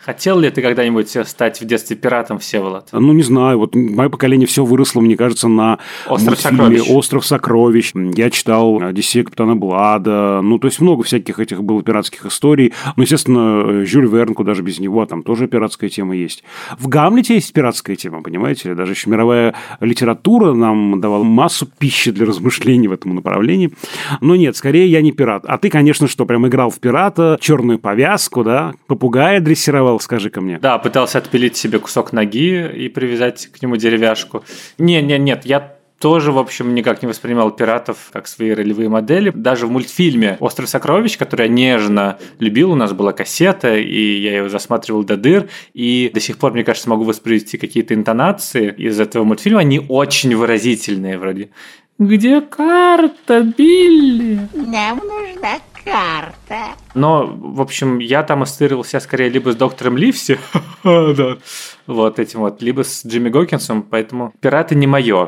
Хотел ли ты когда-нибудь стать в детстве пиратом, Всеволод? Ну, не знаю. Вот мое поколение все выросло, мне кажется, на мультфильме «Остров сокровищ». Я читал «Одиссею капитана Блада». Ну, то есть, много всяких этих было пиратских историй. Ну, естественно, Жюль Верн, куда же без него, там тоже пиратская тема есть. В «Гамлете» есть пиратская тема, понимаете? Даже еще мировая литература нам давала массу пищи для размышлений в этом направлении. Но нет, скорее я не пират. А ты, конечно, что, прям играл в пирата, черную повязку, да? Попугая дрессировал, скажи-ка мне. Да, пытался отпилить себе кусок ноги и привязать к нему деревяшку. Нет, я тоже, в общем, никак не воспринимал пиратов как свои ролевые модели. Даже в мультфильме «Остров сокровищ», который я нежно любил, у нас была кассета, и я его засматривал до дыр, и до сих пор, мне кажется, могу воспроизвести какие-то интонации из этого мультфильма. Они очень выразительные вроде. «Где карта, Билли?» «Нам нужна карта». Но, в общем, я там ассоциировал себя скорее либо с доктором Ливси, вот этим вот, либо с Джимми Гокинсом, поэтому пираты не мое.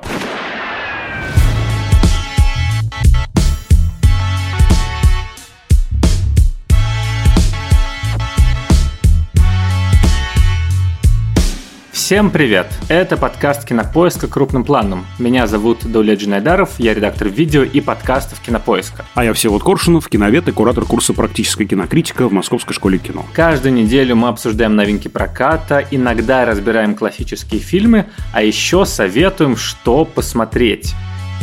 Всем привет! Это подкаст «Кинопоиска. Крупным планом». Меня зовут Даулет Джинайдаров, я редактор видео и подкастов «Кинопоиска». А я Всеволод Коршунов, киновед и куратор курса «Практическая кинокритика» в Московской школе кино. Каждую неделю мы обсуждаем новинки проката, иногда разбираем классические фильмы, а еще советуем, что посмотреть.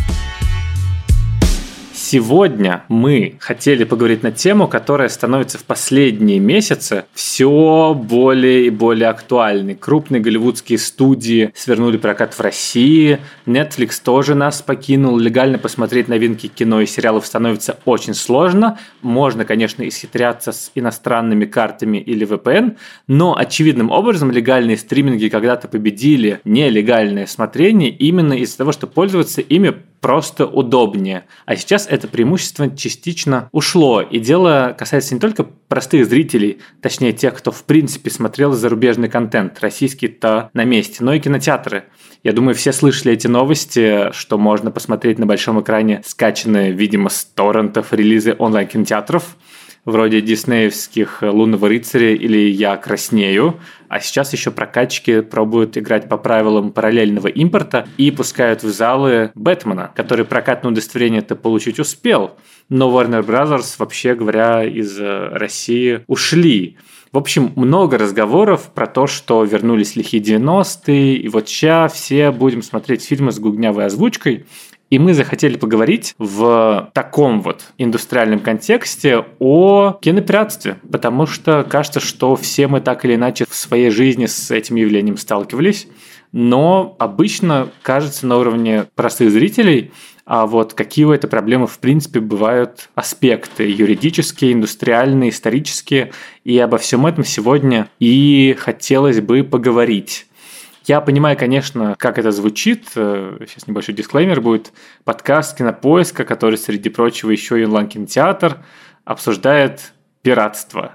Сегодня мы хотели поговорить на тему, которая становится в последние месяцы все более и более актуальной. Крупные голливудские студии свернули прокат в России, Netflix тоже нас покинул, легально посмотреть новинки кино и сериалов становится очень сложно. Можно, конечно, исхитряться с иностранными картами или VPN, но очевидным образом легальные стриминги когда-то победили нелегальное смотрение именно из-за того, что пользоваться ими просто удобнее. А сейчас это преимущество частично ушло. И дело касается не только простых зрителей, точнее тех, кто в принципе смотрел зарубежный контент, российский-то на месте, но и кинотеатры. Я думаю, все слышали эти новости, что можно посмотреть на большом экране скачанные, видимо, с торрентов релизы онлайн-кинотеатров, вроде диснеевских «Лунного рыцаря» или «Я краснею». А сейчас еще прокатчики пробуют играть по правилам параллельного импорта и пускают в залы «Бэтмена», который прокатное удостоверение-то получить успел. Но Warner Bros., вообще говоря, из России ушли. В общем, много разговоров про то, что вернулись лихие 90-е, и вот сейчас все будем смотреть фильмы с гугнявой озвучкой. И мы захотели поговорить в таком вот индустриальном контексте о кинопиратстве, потому что кажется, что все мы так или иначе в своей жизни с этим явлением сталкивались, но обычно кажется на уровне простых зрителей, а вот какие у этой проблемы в принципе бывают аспекты юридические, индустриальные, исторические, и обо всем этом сегодня и хотелось бы поговорить. Я понимаю, конечно, как это звучит. Сейчас небольшой дисклеймер будет. Подкаст «Кинопоиска», который, среди прочего, еще и онлайн-кинотеатр, обсуждает пиратство.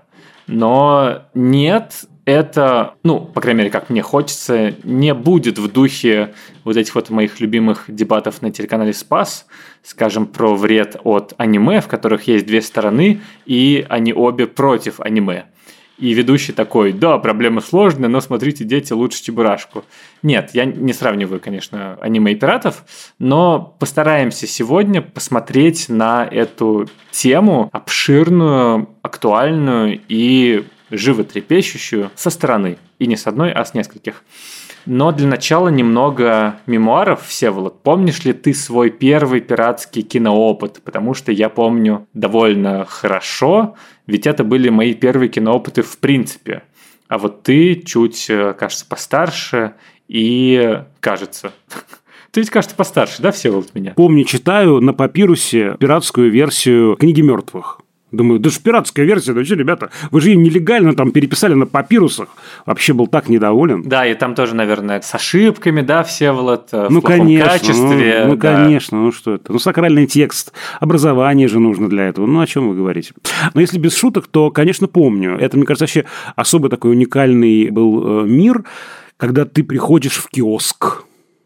Но нет, это, по крайней мере, как мне хочется, не будет в духе вот этих вот моих любимых дебатов на телеканале «Спас», скажем, про вред от аниме, в которых есть две стороны, и они обе против аниме. И ведущий такой: да, проблема сложная, но смотрите, дети, лучше Чебурашку. Нет, я не сравниваю, конечно, аниме и пиратов, но постараемся сегодня посмотреть на эту тему обширную, актуальную и животрепещущую со стороны. И не с одной, а с нескольких. Но для начала немного мемуаров, Всеволод. Помнишь ли ты свой первый пиратский киноопыт? Потому что я помню довольно хорошо, ведь это были мои первые киноопыты в принципе. А вот ты чуть, кажется, постарше и кажется... Ты ведь, кажется, постарше, да, Всеволод, меня? Помню, читаю на папирусе пиратскую версию «Книги мертвых». Думаю, да же пиратская версия, да что, ребята, вы же ее нелегально там переписали на папирусах. Вообще был так недоволен. Да, и там тоже, наверное, с ошибками, да, Всеволод, в плохом качестве. Ну, конечно, что это? Сакральный текст, образование же нужно для этого. О чем вы говорите? Но если без шуток, то, конечно, помню. Это, мне кажется, вообще особый такой уникальный был мир, когда ты приходишь в киоск.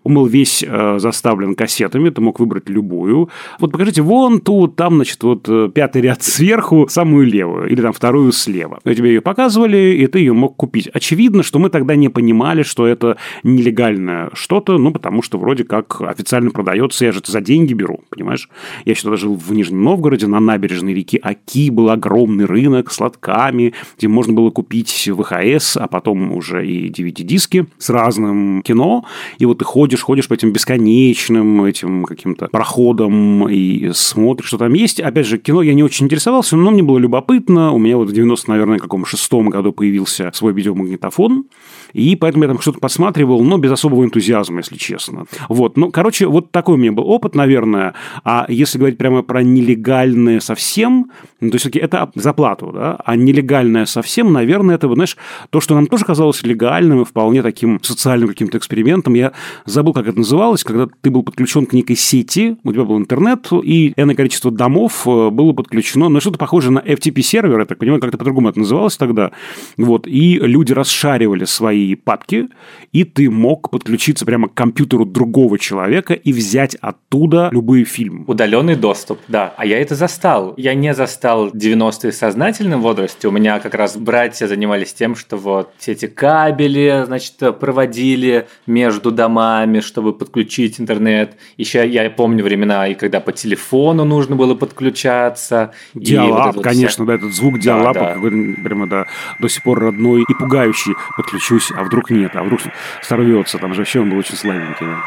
Он был весь заставлен кассетами, ты мог выбрать любую. Вот покажите вон ту, там, значит, вот 5-й ряд сверху, самую левую, или там 2-ю слева. И тебе ее показывали, и ты ее мог купить. Очевидно, что мы тогда не понимали, что это нелегальное что-то, ну, потому что вроде как официально продается, я же это за деньги беру, понимаешь? Я еще тогда жил в Нижнем Новгороде, на набережной реки Оки был огромный рынок с лотками, где можно было купить ВХС, а потом уже и DVD-диски с разным кино. И вот ты ходишь по этим бесконечным этим каким-то проходам и смотришь, что там есть. Опять же, кино я не очень интересовался, но мне было любопытно. У меня вот в 96-м году появился свой видеомагнитофон, и поэтому я там что-то посматривал, но без особого энтузиазма, если честно. Вот, ну, короче, вот такой у меня был опыт, наверное. А если говорить прямо про нелегальное совсем, ну, то есть все-таки это за плату, да, а нелегальное совсем, наверное, это, знаешь, то, что нам тоже казалось легальным и вполне таким социальным каким-то экспериментом. Я забыл, как это называлось, когда ты был подключен к некой сети, у тебя был интернет, и энное количество домов было подключено, ну, что-то похожее на FTP-сервер, я так понимаю, как-то по-другому это называлось тогда. Вот, и люди расшаривали свои папки, и ты мог подключиться прямо к компьютеру другого человека и взять оттуда любые фильмы. Удаленный доступ, да. А я это застал. Я не застал 90-е в сознательном возрасте. У меня как раз братья занимались тем, что вот все эти кабели, значит, проводили между домами, чтобы подключить интернет. Еще я помню времена, и когда по телефону нужно было подключаться. Диалап, вот конечно, да, этот звук диалапа, да. Какой-то прямо до сих пор родной и пугающий. Подключусь, а вдруг нет, а вдруг сорвется. Там же вообще он был очень слабенький. Да.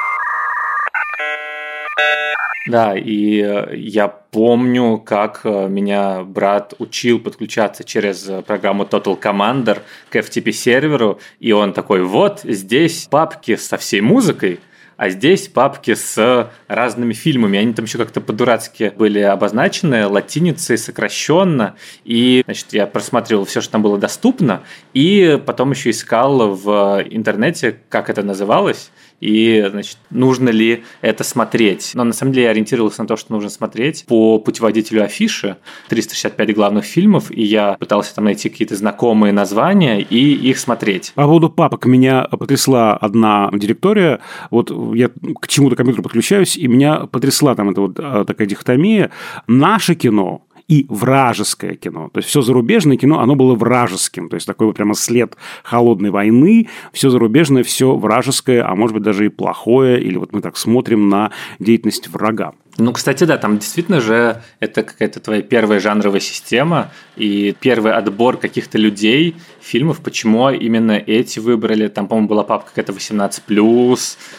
Да, и я помню, как меня брат учил подключаться через программу Total Commander к FTP-серверу, и он такой, вот здесь папки со всей музыкой, а здесь папки с разными фильмами. Они там еще как-то по-дурацки были обозначены, латиницей, сокращенно. И, значит, я просматривал все, что там было доступно, и потом еще искал в интернете, как это называлось, и, значит, нужно ли это смотреть. Но на самом деле я ориентировался на то, что нужно смотреть по путеводителю афиши, 365 главных фильмов, и я пытался там найти какие-то знакомые названия и их смотреть. По поводу папок меня потрясла одна директория. Вот я к чему-то компьютеру подключаюсь, и меня потрясла там эта вот такая дихотомия. Наше кино и вражеское кино. То есть все зарубежное кино, оно было вражеским. То есть такой вот прямо след холодной войны. Все зарубежное, все вражеское, а может быть даже и плохое. Или вот мы так смотрим на деятельность врага. Ну, кстати, да, там действительно же это какая-то твоя первая жанровая система и первый отбор каких-то людей, фильмов. Почему именно эти выбрали? Там, по-моему, была папка какая-то 18+.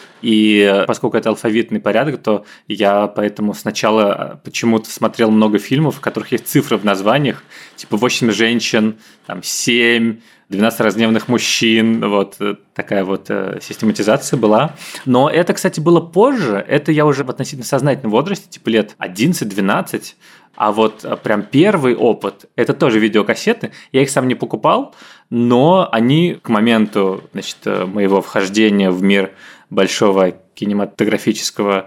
И поскольку это алфавитный порядок, то я поэтому сначала почему-то смотрел много фильмов, в которых есть цифры в названиях, типа 8 женщин, там 7, 12 разгневанных мужчин, вот такая вот систематизация была. Но это, кстати, было позже, это я уже в относительно сознательном возрасте, типа лет 11-12, а вот прям первый опыт, это тоже видеокассеты, я их сам не покупал, но они к моменту, значит, моего вхождения в мир большого кинематографического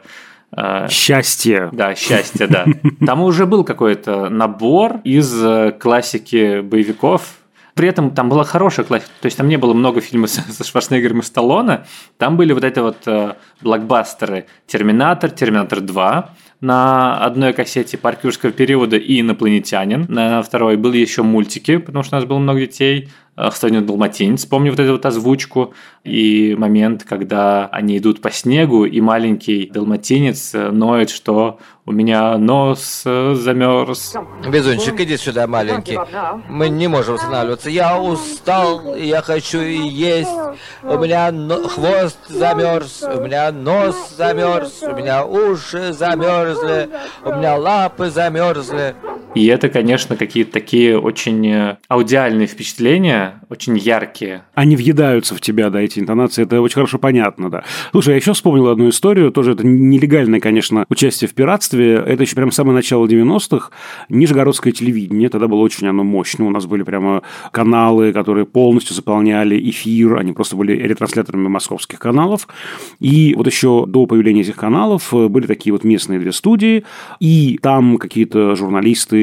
счастье. Да, счастье, да. Там уже был какой-то набор из классики боевиков. При этом там была хорошая классика, то есть там не было много фильмов со Шварценеггером и Сталлоне, там были вот эти вот блокбастеры «Терминатор», «Терминатор 2», на одной кассете «Парк юрского периода» и «Инопланетянин». На второй были еще мультики, потому что у нас было много детей. «101 далматинец», помню вот эту вот озвучку. И момент, когда они идут по снегу, и маленький далматинец ноет, что у меня нос замерз. Везунчик, иди сюда, маленький. Мы не можем останавливаться. Я устал, я хочу есть. У меня хвост замерз, у меня нос замерз, у меня уши замерзли, у меня лапы замерзли. И это, конечно, какие-то такие очень аудиальные впечатления, очень яркие. Они въедаются в тебя, да, эти интонации, это очень хорошо понятно, да. Слушай, я еще вспомнил одну историю, тоже это нелегальное, конечно, участие в пиратстве, это еще прям самое начало 90-х, Нижегородское телевидение, тогда было очень оно мощное, у нас были прямо каналы, которые полностью заполняли эфир, они просто были ретрансляторами московских каналов, и вот еще до появления этих каналов были такие вот местные две студии, и там какие-то журналисты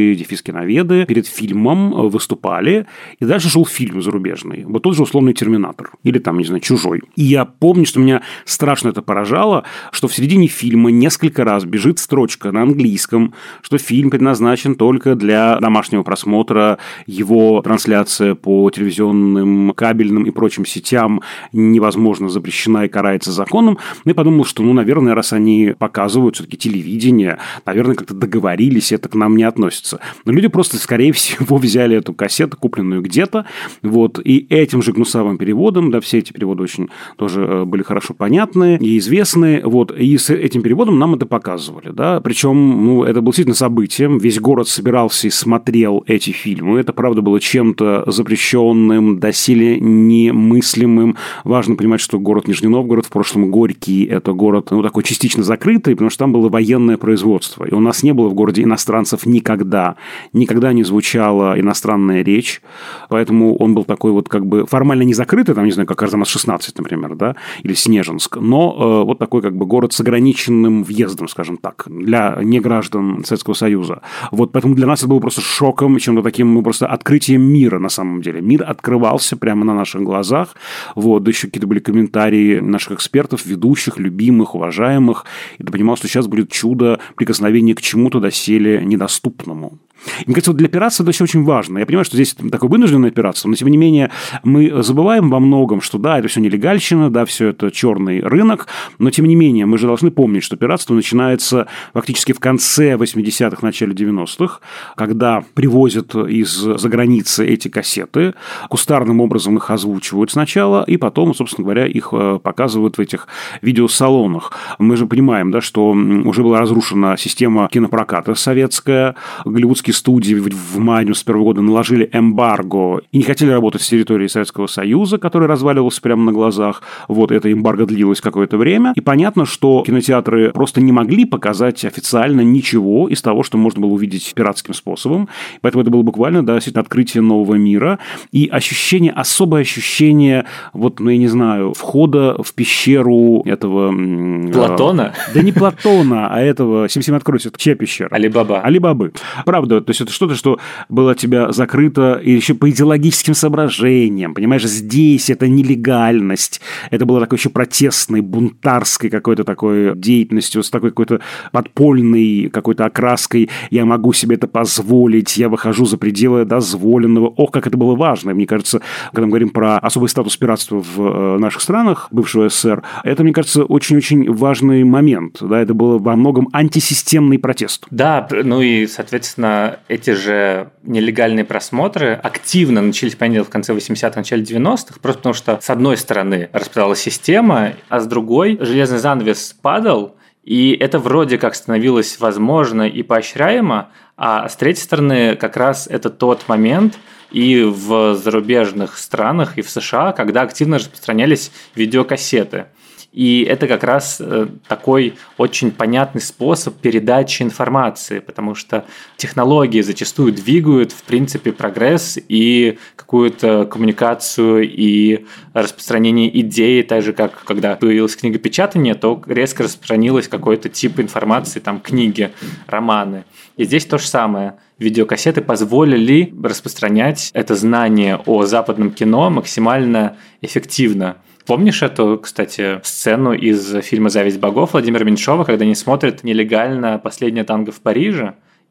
киноведы, киноведы перед фильмом выступали, и дальше шел фильм зарубежный. Вот тот же условный «Терминатор» или там, не знаю, «Чужой». И я помню, что меня страшно это поражало, что в середине фильма несколько раз бежит строчка на английском, что фильм предназначен только для домашнего просмотра, его трансляция по телевизионным, кабельным и прочим сетям невозможно, запрещена и карается законом. Ну, я подумал, что, наверное, раз они показывают все-таки телевидение, наверное, как-то договорились, это к нам не относится. Но люди просто, скорее всего, взяли эту кассету, купленную где-то, вот, и этим же гнусавым переводом, да, все эти переводы очень тоже были хорошо понятны и известны, вот, и с этим переводом нам это показывали, да, причем, это было действительно событием, весь город собирался и смотрел эти фильмы, это, правда, было чем-то запрещенным, доселе немыслимым. Важно понимать, что город Нижний Новгород, в прошлом Горький, это город, такой частично закрытый, потому что там было военное производство, и у нас не было в городе иностранцев никогда не звучала иностранная речь, поэтому он был такой вот как бы формально не закрытый, там, не знаю, как Арзамас-16, например, да, или Снежинск, но вот такой как бы город с ограниченным въездом, скажем так, для неграждан Советского Союза. Вот, поэтому для нас это было просто шоком, чем-то таким, просто открытием мира на самом деле. Мир открывался прямо на наших глазах, вот, да еще какие-то были комментарии наших экспертов, ведущих, любимых, уважаемых, и ты понимал, что сейчас будет чудо прикосновения к чему-то доселе недоступному. И, мне кажется, вот для пиратства это еще очень важно. Я понимаю, что здесь такое вынужденное пиратство, но, тем не менее, мы забываем во многом, что да, это все нелегальщина, да, все это черный рынок, но, тем не менее, мы же должны помнить, что пиратство начинается фактически в конце 80-х, начале 90-х, когда привозят из-за границы эти кассеты, кустарным образом их озвучивают сначала, и потом, собственно говоря, их показывают в этих видеосалонах. Мы же понимаем, да, что уже была разрушена система кинопроката советская, голливудские студии в мае 1991 года наложили эмбарго и не хотели работать с территорией Советского Союза, который разваливался прямо на глазах. Вот это эмбарго длилось какое-то время. И понятно, что кинотеатры просто не могли показать официально ничего из того, что можно было увидеть пиратским способом. Поэтому это было буквально, да, действительно открытие нового мира. И ощущение, особое ощущение, вот, я не знаю, входа в пещеру этого... Платона? Да не Платона, а этого... 77 откройся, чья пещера? Алибабы. Правда, то есть это что-то, что было от тебя закрыто и еще по идеологическим соображениям, понимаешь, здесь это нелегальность, это было такой еще протестной, бунтарской какой-то такой деятельностью, с такой какой-то подпольной какой-то окраской, я могу себе это позволить, я выхожу за пределы дозволенного. Ох, как это было важно. Мне кажется, когда мы говорим про особый статус пиратства в наших странах, бывшего СССР, это, мне кажется, очень-очень важный момент, да, это было во многом антисистемный протест. Да, и, соответственно, эти же нелегальные просмотры активно начались, понятно, в конце 80-х, начале 90-х, просто потому что, с одной стороны, распродалась система, а с другой железный занавес падал, и это вроде как становилось возможно и поощряемо, а с третьей стороны, как раз это тот момент и в зарубежных странах, и в США, когда активно распространялись видеокассеты. И это как раз такой очень понятный способ передачи информации, потому что технологии зачастую двигают, в принципе, прогресс и какую-то коммуникацию и распространение идей, так же, как когда появилось книгопечатание, то резко распространилось какой-то тип информации, там, книги, романы. И здесь то же самое. Видеокассеты позволили распространять это знание о западном кино максимально эффективно. Помнишь эту, кстати, сцену из фильма «Зависть богов» Владимира Меньшова, когда они смотрят нелегально «Последнее танго в Париже»?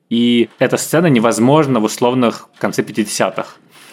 И эта сцена невозможна в условных конце 50-х,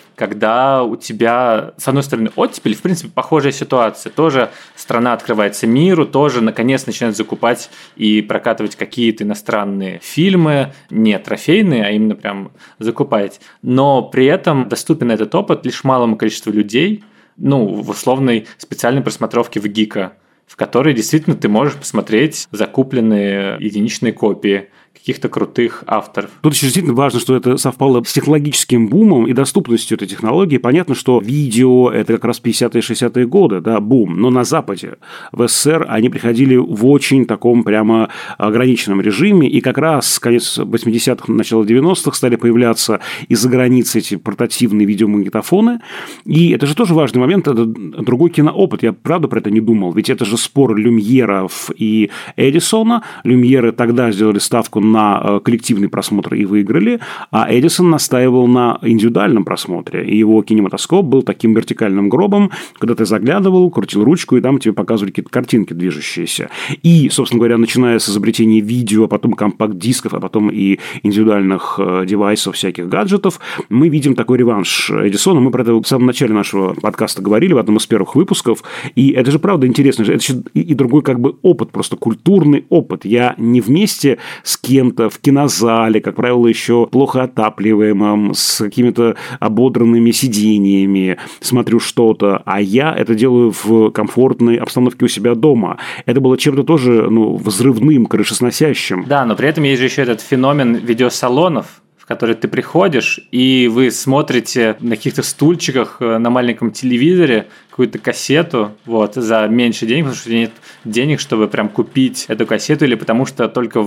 когда у тебя, с одной стороны, оттепель, в принципе, похожая ситуация. Тоже страна открывается миру, тоже, наконец, начинают закупать и прокатывать какие-то иностранные фильмы, не трофейные, а именно прям закупать. Но при этом доступен этот опыт лишь малому количеству людей, в условной специальной просмотровке в ГИКа, в которой действительно ты можешь посмотреть закупленные единичные копии каких-то крутых авторов. Тут еще действительно важно, что это совпало с технологическим бумом и доступностью этой технологии. Понятно, что видео – это как раз 50-е, 60-е годы, да, бум. Но на Западе, в СССР, они приходили в очень таком прямо ограниченном режиме. И как раз с конец 80-х, начало 90-х стали появляться из-за границы эти портативные видеомагнитофоны. И это же тоже важный момент, это другой киноопыт. Я правда про это не думал. Ведь это же спор Люмьеров и Эдисона. Люмьеры тогда сделали ставку ставку на коллективный просмотр и выиграли, а Эдисон настаивал на индивидуальном просмотре. И его кинематоскоп был таким вертикальным гробом, когда ты заглядывал, крутил ручку, и там тебе показывали какие-то картинки движущиеся. И, собственно говоря, начиная с изобретения видео, а потом компакт-дисков, а потом и индивидуальных девайсов, всяких гаджетов, мы видим такой реванш Эдисона. Мы про это в самом начале нашего подкаста говорили в одном из первых выпусков. И это же правда интересно. Это еще и другой как бы опыт, просто культурный опыт. Я не вместе с кем-то в кинозале, как правило, еще плохо отапливаемом, с какими-то ободранными сидениями смотрю что-то, а я это делаю в комфортной обстановке у себя дома. Это было чем-то тоже взрывным, крышесносящим. Да, но при этом есть же еще этот феномен видеосалонов, в которые ты приходишь, и вы смотрите на каких-то стульчиках на маленьком телевизоре какую-то кассету за меньше денег, потому что нет денег, чтобы прям купить эту кассету, или потому что только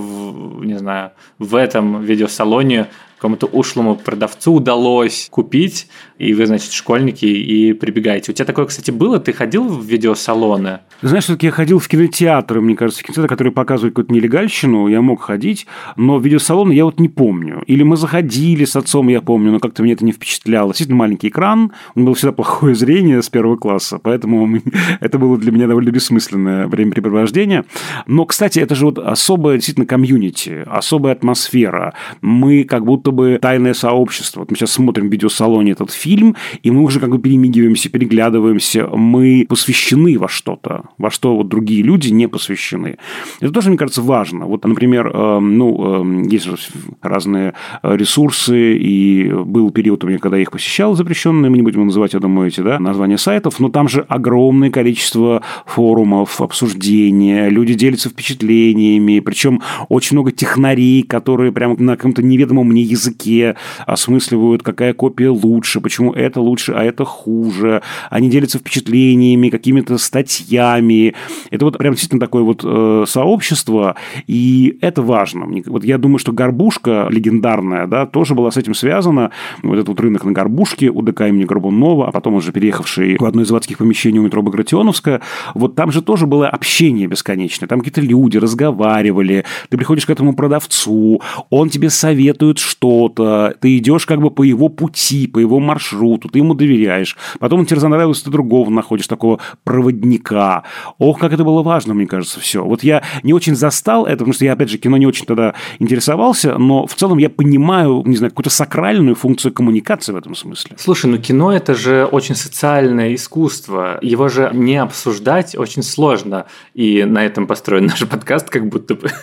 в этом видеосалоне какому-то ушлому продавцу удалось купить, и вы, значит, школьники, и прибегаете. У тебя такое, кстати, было? Ты ходил в видеосалоны? Знаешь, все-таки я ходил в кинотеатры, мне кажется, в кинотеатры, которые показывают какую-то нелегальщину, я мог ходить, но в видеосалоны я не помню. Или мы заходили с отцом, я помню, но как-то мне это не впечатляло. Действительно маленький экран, у меня было всегда плохое зрение с первого класса, поэтому это было для меня довольно бессмысленное времяпрепровождение. Но, кстати, это же особое действительно комьюнити, особая атмосфера. Мы как будто бы тайное сообщество. Мы сейчас смотрим в видеосалоне этот фильм, и мы уже как бы перемигиваемся, переглядываемся. Мы посвящены во что-то, во что другие люди не посвящены. Это тоже, мне кажется, важно. Например, есть же разные ресурсы, и был период у меня, когда я их посещал, запрещенные, мы не будем называть, я думаю, эти названия сайтов, но там же огромное количество форумов, обсуждения, люди делятся впечатлениями, причем очень много технарей, которые прямо на каком-то неведомом мне языке осмысливают, какая копия лучше, почему это лучше, а это хуже. Они делятся впечатлениями, какими-то статьями. Это прям действительно такое сообщество, и это важно. Я думаю, что «Горбушка» легендарная, тоже была с этим связана. Этот рынок на Горбушке у ДК имени Горбунова, а потом уже переехавший в одно из заводских помещений у метро Багратионовская, там же тоже было общение бесконечное. Там какие-то люди разговаривали, ты приходишь к этому продавцу, он тебе советует что-то, ты идешь как бы по его пути, по его маршруту, ты ему доверяешь. Потом он тебе разонравился, ты другого находишь, такого проводника. Ох, как это было важно, мне кажется, все. Я не очень застал это, потому что я, опять же, кино не очень тогда интересовался, но в целом я понимаю, не знаю, какую-то сакральную функцию коммуникации в этом смысле. Слушай, кино – это же очень социальное искусство. Его же не обсуждать очень сложно. И на этом построен наш подкаст, как будто бы.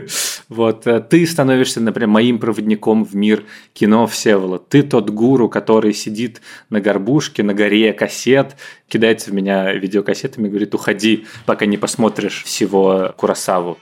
Ты становишься, например, моим проводником в мир кино, Всеволод. Ты тот гуру, который сидит на горбушке, на горе кассет, кидается в меня видеокассетами и говорит: уходи, пока не посмотришь всего Куросаву.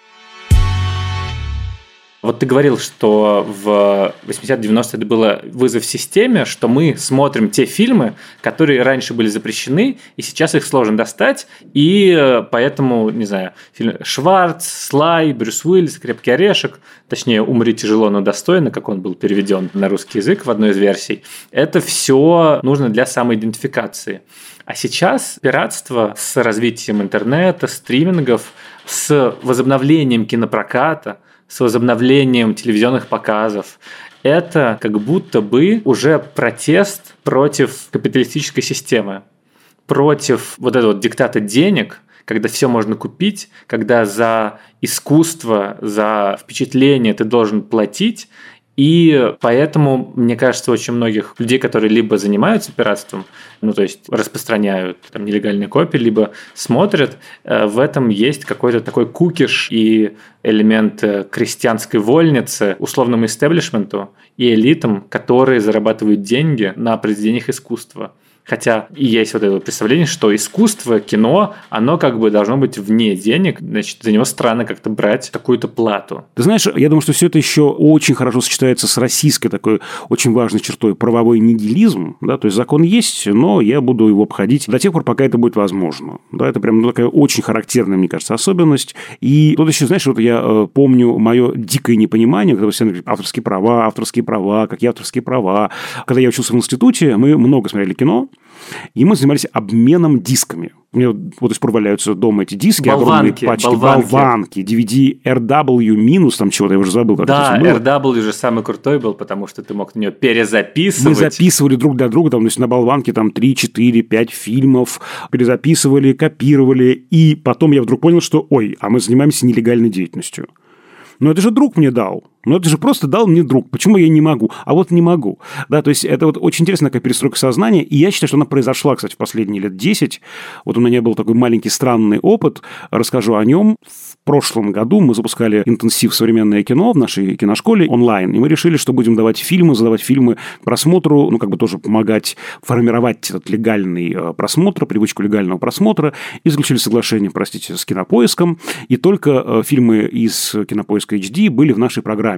Ты говорил, что в 80-90 это было вызов системе, что мы смотрим те фильмы, которые раньше были запрещены, и сейчас их сложно достать, и поэтому, не знаю, фильм Шварц, Слай, Брюс Уиллис, Крепкий орешек, точнее, «Умри тяжело, но достойно», как он был переведен на русский язык в одной из версий, это все нужно для самоидентификации. А сейчас пиратство с развитием интернета, стримингов, с возобновлением кинопроката, с возобновлением телевизионных показов. Это как будто бы уже протест против капиталистической системы, против этого диктата денег, когда все можно купить, когда за искусство, за впечатление ты должен платить. И поэтому, мне кажется, очень многих людей, которые либо занимаются пиратством, то есть распространяют нелегальные копии, либо смотрят, в этом есть какой-то такой кукиш и элемент крестьянской вольницы условному истеблишменту и элитам, которые зарабатывают деньги на произведениях искусства. Хотя и есть это представление, что искусство, кино, оно как бы должно быть вне денег, значит, за него странно как-то брать какую-то плату. Ты знаешь, я думаю, что все это еще очень хорошо сочетается с российской такой очень важной чертой — правовой нигилизм. То есть закон есть, но я буду его обходить до тех пор, пока это будет возможно. Это прям такая очень характерная, мне кажется, особенность. И тут еще, знаешь, я помню мое дикое непонимание, когда все говорят: авторские права, какие авторские права. Когда я учился в институте, мы много смотрели кино. И мы занимались обменом дисками. У меня вот до сих пор валяются дома эти диски, болванки, огромные пачки, болванки, DVD RW минус, там чего-то, я уже забыл. Как да, RW же самый крутой был, потому что ты мог на нее перезаписывать. Мы записывали друг для друга, там, то есть на болванке там 3, 4, 5 фильмов, перезаписывали, копировали, и потом я вдруг понял, что, а мы занимаемся нелегальной деятельностью. Но это же друг мне дал. Ну, это же просто дал мне друг. Почему я не могу? А вот не могу. Да, то есть, это вот очень интересная такая перестройка сознания. И я считаю, что она произошла, кстати, в последние лет 10. Вот у меня был такой маленький странный опыт. Расскажу о нем. В прошлом году мы запускали интенсив «Современное кино» в нашей киношколе онлайн. И мы решили, что будем давать фильмы, задавать фильмы просмотру, тоже помогать формировать этот легальный просмотр, привычку легального просмотра. И заключили соглашение, с Кинопоиском. И только фильмы из Кинопоиска HD были в нашей программе.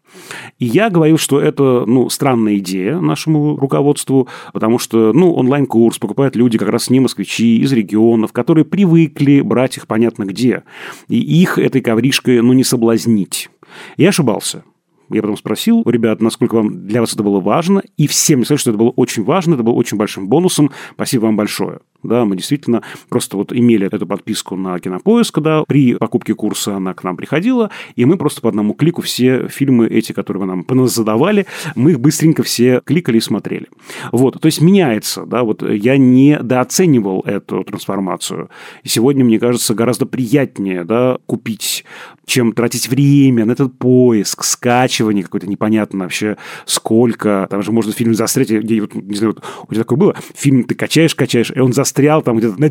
И я говорил, что это, странная идея нашему руководству, потому что, онлайн-курс покупают люди, как раз не москвичи, из регионов, которые привыкли брать их понятно где. И их этой ковришкой, не соблазнить. Я ошибался. Я потом спросил у ребят, насколько для вас это было важно, и всем мне сказали, что это было очень важно, это было очень большим бонусом. Спасибо вам большое. Да, мы действительно просто имели эту подписку на Кинопоиск, да, при покупке курса она к нам приходила, и мы просто по одному клику все фильмы эти, которые вы нам задавали, мы их быстренько все кликали и смотрели. То есть меняется, да, я недооценивал эту трансформацию. И сегодня, мне кажется, гораздо приятнее, да, купить, чем тратить время на этот поиск, скачивание какое-то непонятно вообще сколько. Там же можно фильм застрять, не знаю, у тебя такое было, фильм ты качаешь, и он застрял там где-то на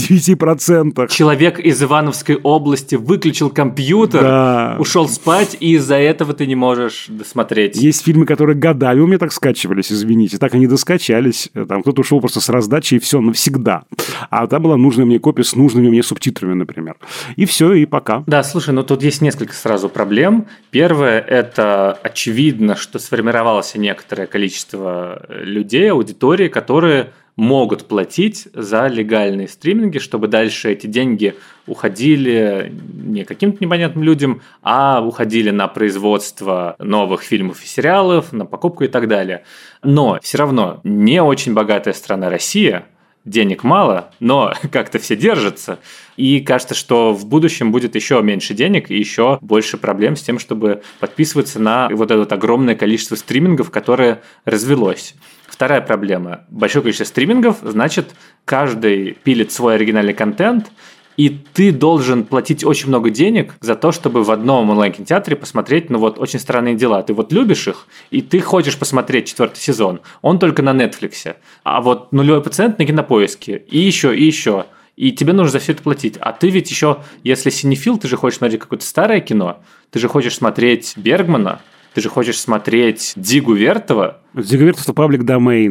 99%. Человек из Ивановской области выключил компьютер, ушел спать, и из-за этого ты не можешь досмотреть. Есть фильмы, которые годами у меня так скачивались, извините, так они доскачались. Там кто-то ушел просто с раздачи, и все, навсегда. А там была нужная мне копия с нужными мне субтитрами, например. И все, и пока. Да, слушай, тут есть несколько сразу проблем. Первое – это очевидно, что сформировалось некоторое количество людей, аудитории, которые могут платить за легальные стриминги, чтобы дальше эти деньги уходили не каким-то непонятным людям, а уходили на производство новых фильмов и сериалов, на покупку и так далее. Но все равно не очень богатая страна Россия, денег мало, но как-то все держатся. И кажется, что в будущем будет еще меньше денег и еще больше проблем с тем, чтобы подписываться на это огромное количество стримингов, которое развелось. Вторая проблема. Большое количество стримингов, значит, каждый пилит свой оригинальный контент, и ты должен платить очень много денег за то, чтобы в одном онлайн-кинотеатре посмотреть, «Очень странные дела». Ты любишь их, и ты хочешь посмотреть 4-й сезон. Он только на Netflix. А «Нулевой пациент» на Кинопоиске. И еще, и еще. И тебе нужно за все это платить. А ты ведь еще, если синефил, ты же хочешь смотреть какое-то старое кино, ты же хочешь смотреть Бергмана, ты же хочешь смотреть Дигу Вертова. Дига Вертов – это паблик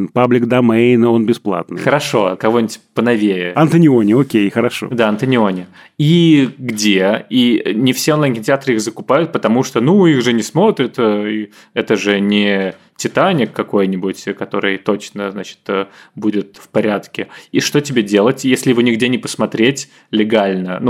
домен, он бесплатный. Хорошо, кого-нибудь поновее. Антониони, окей, хорошо. Да, Антониони. И где? И не все онлайн-кинотеатры их закупают, потому что, их же не смотрят, это же не «Титаник» какой-нибудь, который точно, будет в порядке. И что тебе делать, если его нигде не посмотреть легально?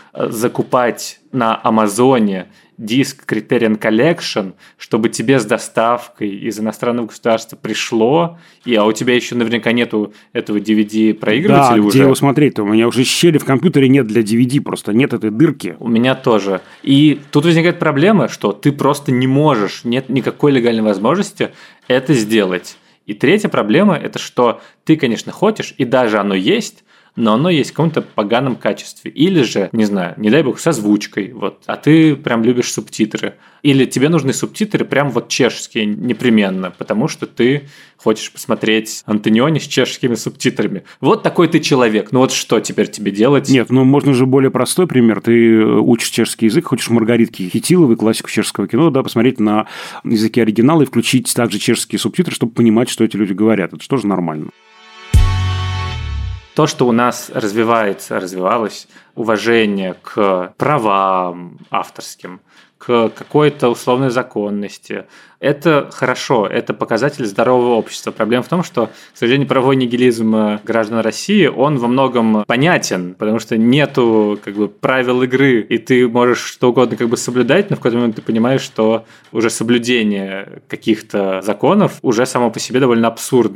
Закупать на Амазоне диск Criterion Collection, чтобы тебе с доставкой из иностранного государства пришло, а у тебя еще наверняка нету этого DVD-проигрывателя уже. Да, где его смотреть-то? У меня уже щели в компьютере нет для DVD, просто нет этой дырки. У меня тоже. И тут возникает проблема, что ты просто не можешь, нет никакой легальной возможности это сделать. И третья проблема – это что ты, конечно, хочешь, и даже оно есть, но оно есть в каком-то поганом качестве. Или же, не знаю, не дай бог, с озвучкой, а ты прям любишь субтитры. Или тебе нужны субтитры прям чешские непременно, потому что ты хочешь посмотреть Антониони с чешскими субтитрами. Вот такой ты человек. Что теперь тебе делать? Нет, можно же более простой пример. Ты учишь чешский язык, хочешь Маргаритки Хитиловой, классику чешского кино, да, посмотреть на языке оригинала и включить также чешские субтитры, чтобы понимать, что эти люди говорят. Это тоже нормально. То, что у нас развивалось уважение к правам авторским, к какой-то условной законности. Это хорошо, это показатель здорового общества. Проблема в том, что, к сожалению, правовой нигилизм граждан России, он во многом понятен, потому что нету правил игры, и ты можешь что угодно соблюдать, но в какой-то момент ты понимаешь, что уже соблюдение каких-то законов уже само по себе довольно абсурдно.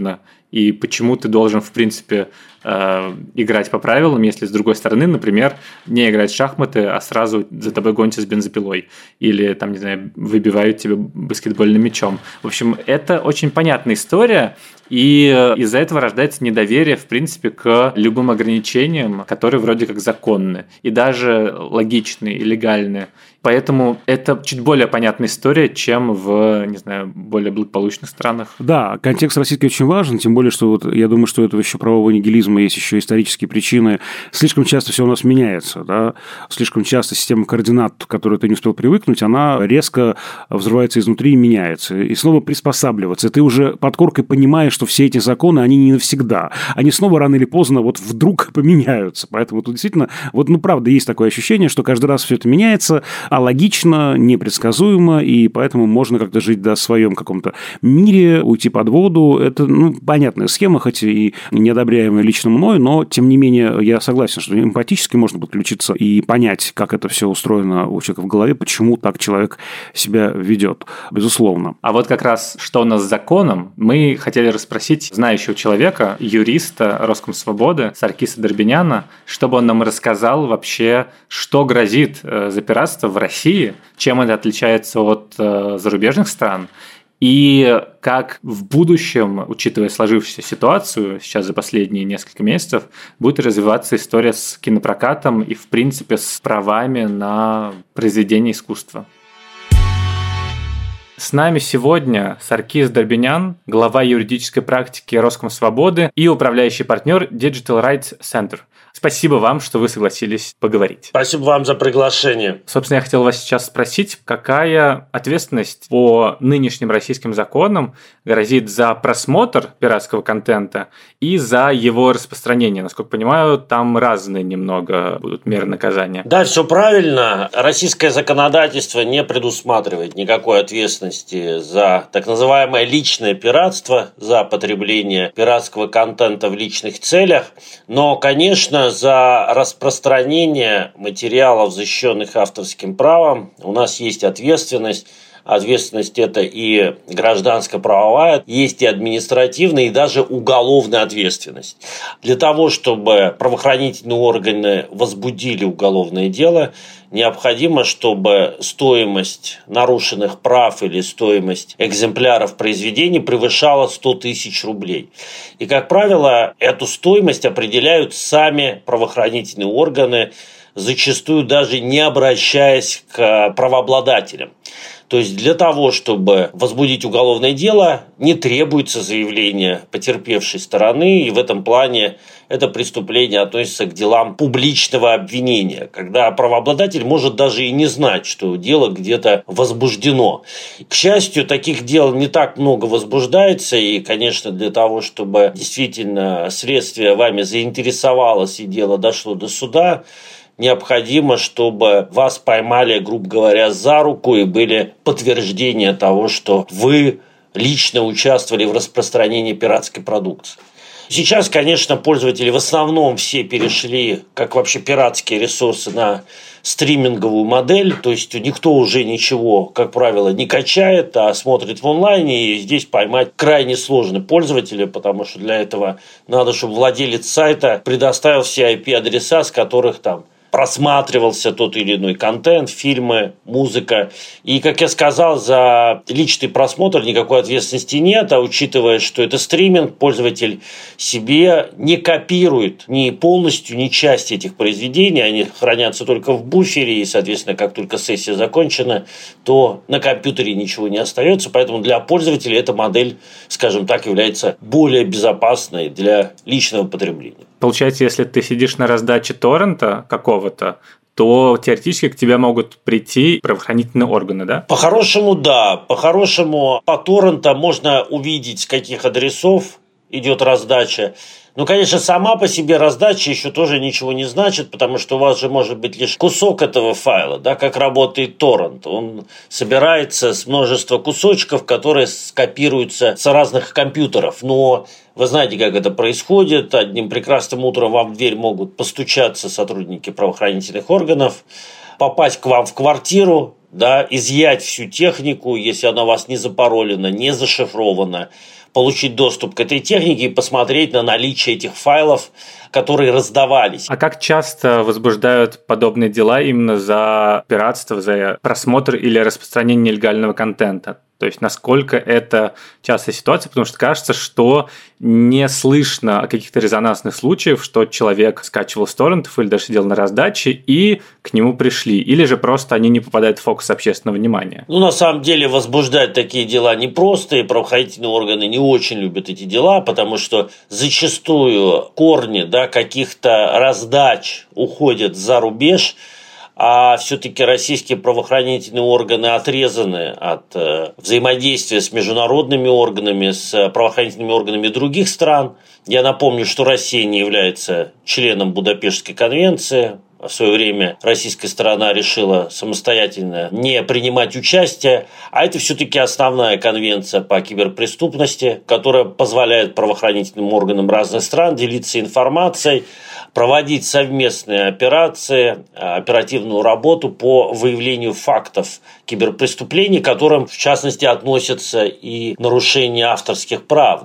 И почему ты должен, в принципе, играть по правилам, если с другой стороны, например, не играть в шахматы, а сразу за тобой гонятся с бензопилой или, там, не знаю, выбивают тебя баскетбольным мячом. В общем, это очень понятная история, и из-за этого рождается недоверие, в принципе, к любым ограничениям, которые вроде как законны, и даже логичные и легальные. Поэтому это чуть более понятная история, чем в, не знаю, более благополучных странах. Да, контекст российский очень важен, тем более, что вот я думаю, что этого еще правового нигилизма есть еще исторические причины. Слишком часто все у нас меняется, да? Слишком часто система координат, к которой ты не успел привыкнуть, она резко взрывается изнутри и меняется. И снова приспосабливаться. Ты уже под коркой понимаешь, что все эти законы, они не навсегда. Они снова рано или поздно вот вдруг поменяются. Поэтому тут действительно, вот, ну, правда, есть такое ощущение, что каждый раз все это меняется, а логично, непредсказуемо, и поэтому можно как-то жить в своем каком-то мире, уйти под воду. Это, ну, понятная схема, хоть и неодобряемая лично мной, но, тем не менее, я согласен, что эмпатически можно подключиться и понять, как это все устроено у человека в голове, почему так человек себя ведет, безусловно. А вот как раз, что у нас с законом, мы хотели расспросить знающего человека, юриста Роскомсвободы Саркиса Дорбиняна, чтобы он нам рассказал вообще, что грозит за пиратство в России, чем это отличается от зарубежных стран, и как в будущем, учитывая сложившуюся ситуацию сейчас за последние несколько месяцев, будет развиваться история с кинопрокатом и, в принципе, с правами на произведение искусства. С нами сегодня Саркис Дорбинян, глава юридической практики Роскомсвободы и управляющий партнер Digital Rights Center. Спасибо вам, что вы согласились поговорить. Спасибо вам за приглашение. Собственно, я хотел вас сейчас спросить, какая ответственность по нынешним российским законам грозит за просмотр пиратского контента и за его распространение? Насколько понимаю, там разные немного будут меры наказания. Да, все правильно. Российское законодательство не предусматривает никакой ответственности за так называемое личное пиратство, за потребление пиратского контента в личных целях. Но, конечно, за распространение материалов, защищенных авторским правом, у нас есть ответственность. Ответственность это и гражданско-правовая, есть и административная, и даже уголовная ответственность. Для того, чтобы правоохранительные органы возбудили уголовное дело, необходимо, чтобы стоимость нарушенных прав или стоимость экземпляров произведений превышала 100 тысяч рублей. И, как правило, эту стоимость определяют сами правоохранительные органы, зачастую даже не обращаясь к правообладателям. То есть для того, чтобы возбудить уголовное дело, не требуется заявление потерпевшей стороны, и в этом плане это преступление относится к делам публичного обвинения, когда правообладатель может даже и не знать, что дело где-то возбуждено. К счастью, таких дел не так много возбуждается, и, конечно, для того, чтобы действительно следствие вами заинтересовалось и дело дошло до суда, необходимо, чтобы вас поймали, грубо говоря, за руку и были подтверждения того, что вы лично участвовали в распространении пиратской продукции. Сейчас, конечно, пользователи в основном все перешли, как вообще пиратские ресурсы, на стриминговую модель, то есть никто уже ничего, как правило, не качает, а смотрит в онлайне, и здесь поймать крайне сложно пользователя, потому что для этого надо, чтобы владелец сайта предоставил все IP-адреса, с которых там просматривался тот или иной контент, фильмы, музыка. И, как я сказал, за личный просмотр никакой ответственности нет, а учитывая, что это стриминг, пользователь себе не копирует ни полностью, ни часть этих произведений, они хранятся только в буфере, и, соответственно, как только сессия закончена, то на компьютере ничего не остается, поэтому для пользователя эта модель, скажем так, является более безопасной для личного потребления. Получается, если ты сидишь на раздаче торрента какого-то, то теоретически к тебе могут прийти правоохранительные органы, да? По-хорошему, да. По-хорошему, по торрентам можно увидеть, с каких адресов идет раздача. Ну, конечно, сама по себе раздача еще тоже ничего не значит, потому что у вас же может быть лишь кусок этого файла, да, как работает торрент. Он собирается с множества кусочков, которые скопируются с разных компьютеров. Но вы знаете, как это происходит. Одним прекрасным утром вам в дверь могут постучаться сотрудники правоохранительных органов, попасть к вам в квартиру, да, изъять всю технику, если она у вас не запаролена, не зашифрована, получить доступ к этой технике и посмотреть на наличие этих файлов, которые раздавались. А как часто возбуждают подобные дела именно за пиратство, за просмотр или распространение нелегального контента? То есть, насколько это частая ситуация, потому что кажется, что не слышно о каких-то резонансных случаях, что человек скачивал с торрентов или даже сидел на раздаче, и к нему пришли. Или же просто они не попадают в фокус общественного внимания. На самом деле, возбуждать такие дела непросто, и правоохранительные органы не очень любят эти дела, потому что зачастую корни каких-то раздач уходят за рубеж, а все-таки российские правоохранительные органы отрезаны от взаимодействия с международными органами, с правоохранительными органами других стран. Я напомню, что Россия не является членом Будапештской конвенции. В свое время российская сторона решила самостоятельно не принимать участие, а это все-таки основная конвенция по киберпреступности, которая позволяет правоохранительным органам разных стран делиться информацией, проводить совместные операции, оперативную работу по выявлению фактов киберпреступлений, к которым, в частности, относятся и нарушения авторских прав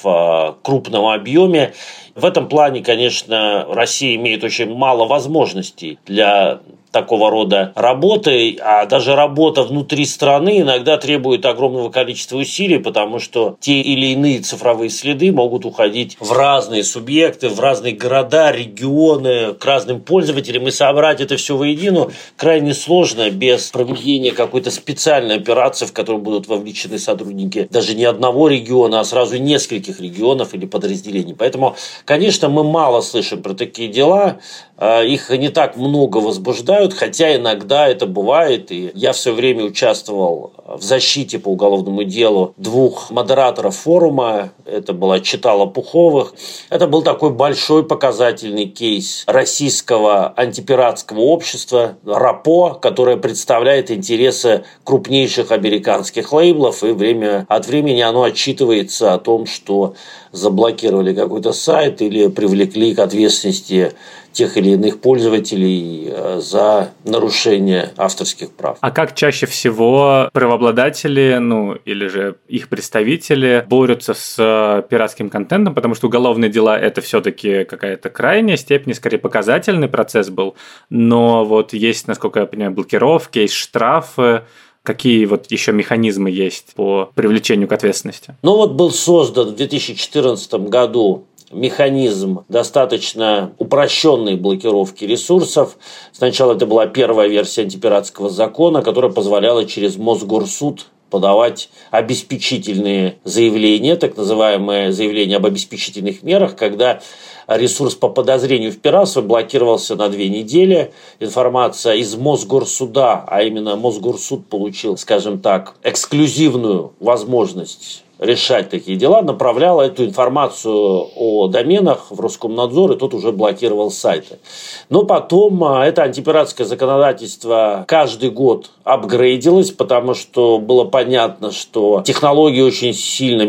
в крупном объеме. В этом плане, конечно, Россия имеет очень мало возможностей для такого рода работы, а даже работа внутри страны иногда требует огромного количества усилий, потому что те или иные цифровые следы могут уходить в разные субъекты, в разные города, регионы, к разным пользователям, и собрать это все воедино крайне сложно без проведения какой-то специальной операции, в которую будут вовлечены сотрудники даже не одного региона, а сразу нескольких регионов или подразделений. Поэтому, конечно, мы мало слышим про такие дела, их не так много возбуждают, хотя иногда это бывает. И я все время участвовал в защите по уголовному делу двух модераторов форума. Это была Чита Лопуховых. Это был такой большой показательный кейс российского антипиратского общества РАПО, которое представляет интересы крупнейших американских лейблов. И время от времени оно отчитывается о том, что заблокировали какой-то сайт или привлекли к ответственности тех или иных пользователей за нарушение авторских прав. А как чаще всего правообладатели, или же их представители борются с пиратским контентом, потому что уголовные дела – это все-таки какая-то крайняя степень, скорее показательный процесс был, но вот есть, насколько я понимаю, блокировки, есть штрафы. Какие еще механизмы есть по привлечению к ответственности? Был создан в 2014 году механизм достаточно упрощенной блокировки ресурсов. Сначала это была первая версия антипиратского закона, которая позволяла через Мосгорсуд подавать обеспечительные заявления, так называемые заявления об обеспечительных мерах, когда ресурс по подозрению в пиратстве блокировался на 2 недели. Информация из Мосгорсуда, а именно Мосгорсуд получил, скажем так, эксклюзивную возможность решать такие дела, направляла эту информацию о доменах в Роскомнадзор, и тот уже блокировал сайты. Но потом это антипиратское законодательство каждый год апгрейдилось, потому что было понятно, что технологии очень сильно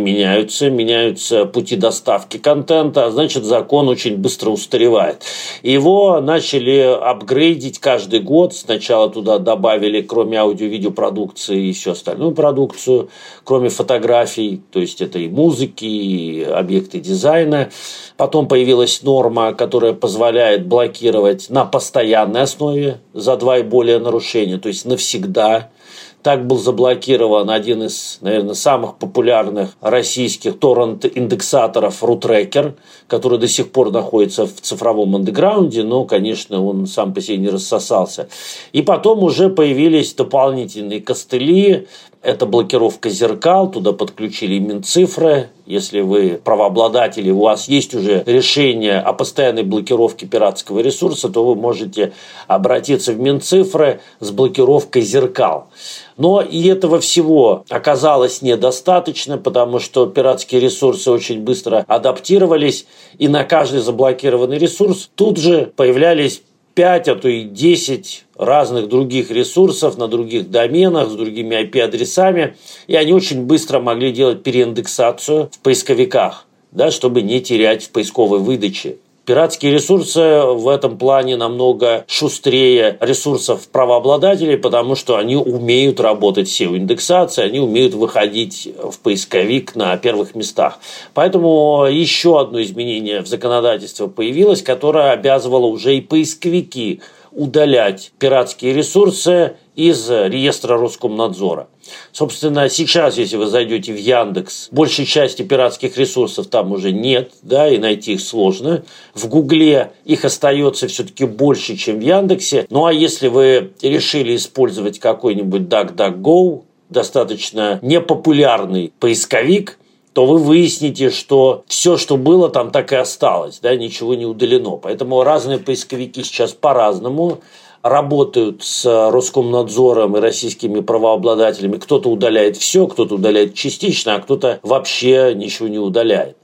меняются пути доставки контента, а значит, закон очень быстро устаревает. Его начали апгрейдить каждый год. Сначала туда добавили, кроме аудио-видеопродукции, еще остальную продукцию, кроме фотографий, то есть это и музыки, и объекты дизайна. Потом появилась норма, которая позволяет блокировать на постоянной основе за 2 и более нарушения, то есть навсегда. Так был заблокирован один из, наверное, самых популярных российских торрент-индексаторов RootRacker, который до сих пор находится в цифровом андеграунде, но, конечно, он сам по себе не рассосался. И потом уже появились дополнительные костыли. Это блокировка зеркал, туда подключили Минцифры. Если вы правообладатель, у вас есть уже решение о постоянной блокировке пиратского ресурса, то вы можете обратиться в Минцифры с блокировкой зеркал. Но и этого всего оказалось недостаточно, потому что пиратские ресурсы очень быстро адаптировались, и на каждый заблокированный ресурс тут же появлялись 5, а то и 10 разных других ресурсов на других доменах с другими IP-адресами, и они очень быстро могли делать переиндексацию в поисковиках, чтобы не терять в поисковой выдаче Пиратские ресурсы в этом плане намного шустрее ресурсов правообладателей, потому что они умеют работать с SEO-индексацией, они умеют выходить в поисковик на первых местах. Поэтому еще одно изменение в законодательстве появилось, которое обязывало уже и поисковики удалять пиратские ресурсы из реестра Роскомнадзора. Собственно, сейчас, если вы зайдете в Яндекс, большей части пиратских ресурсов там уже нет, да, и найти их сложно. В Гугле их остается все-таки больше, чем в Яндексе. Ну, а если вы решили использовать какой-нибудь DuckDuckGo, достаточно непопулярный поисковик, то вы выясните, что все, что было, там так и осталось, да, ничего не удалено. Поэтому разные поисковики сейчас по-разному работают с Роскомнадзором и российскими правообладателями. Кто-то удаляет все, кто-то удаляет частично, а кто-то вообще ничего не удаляет.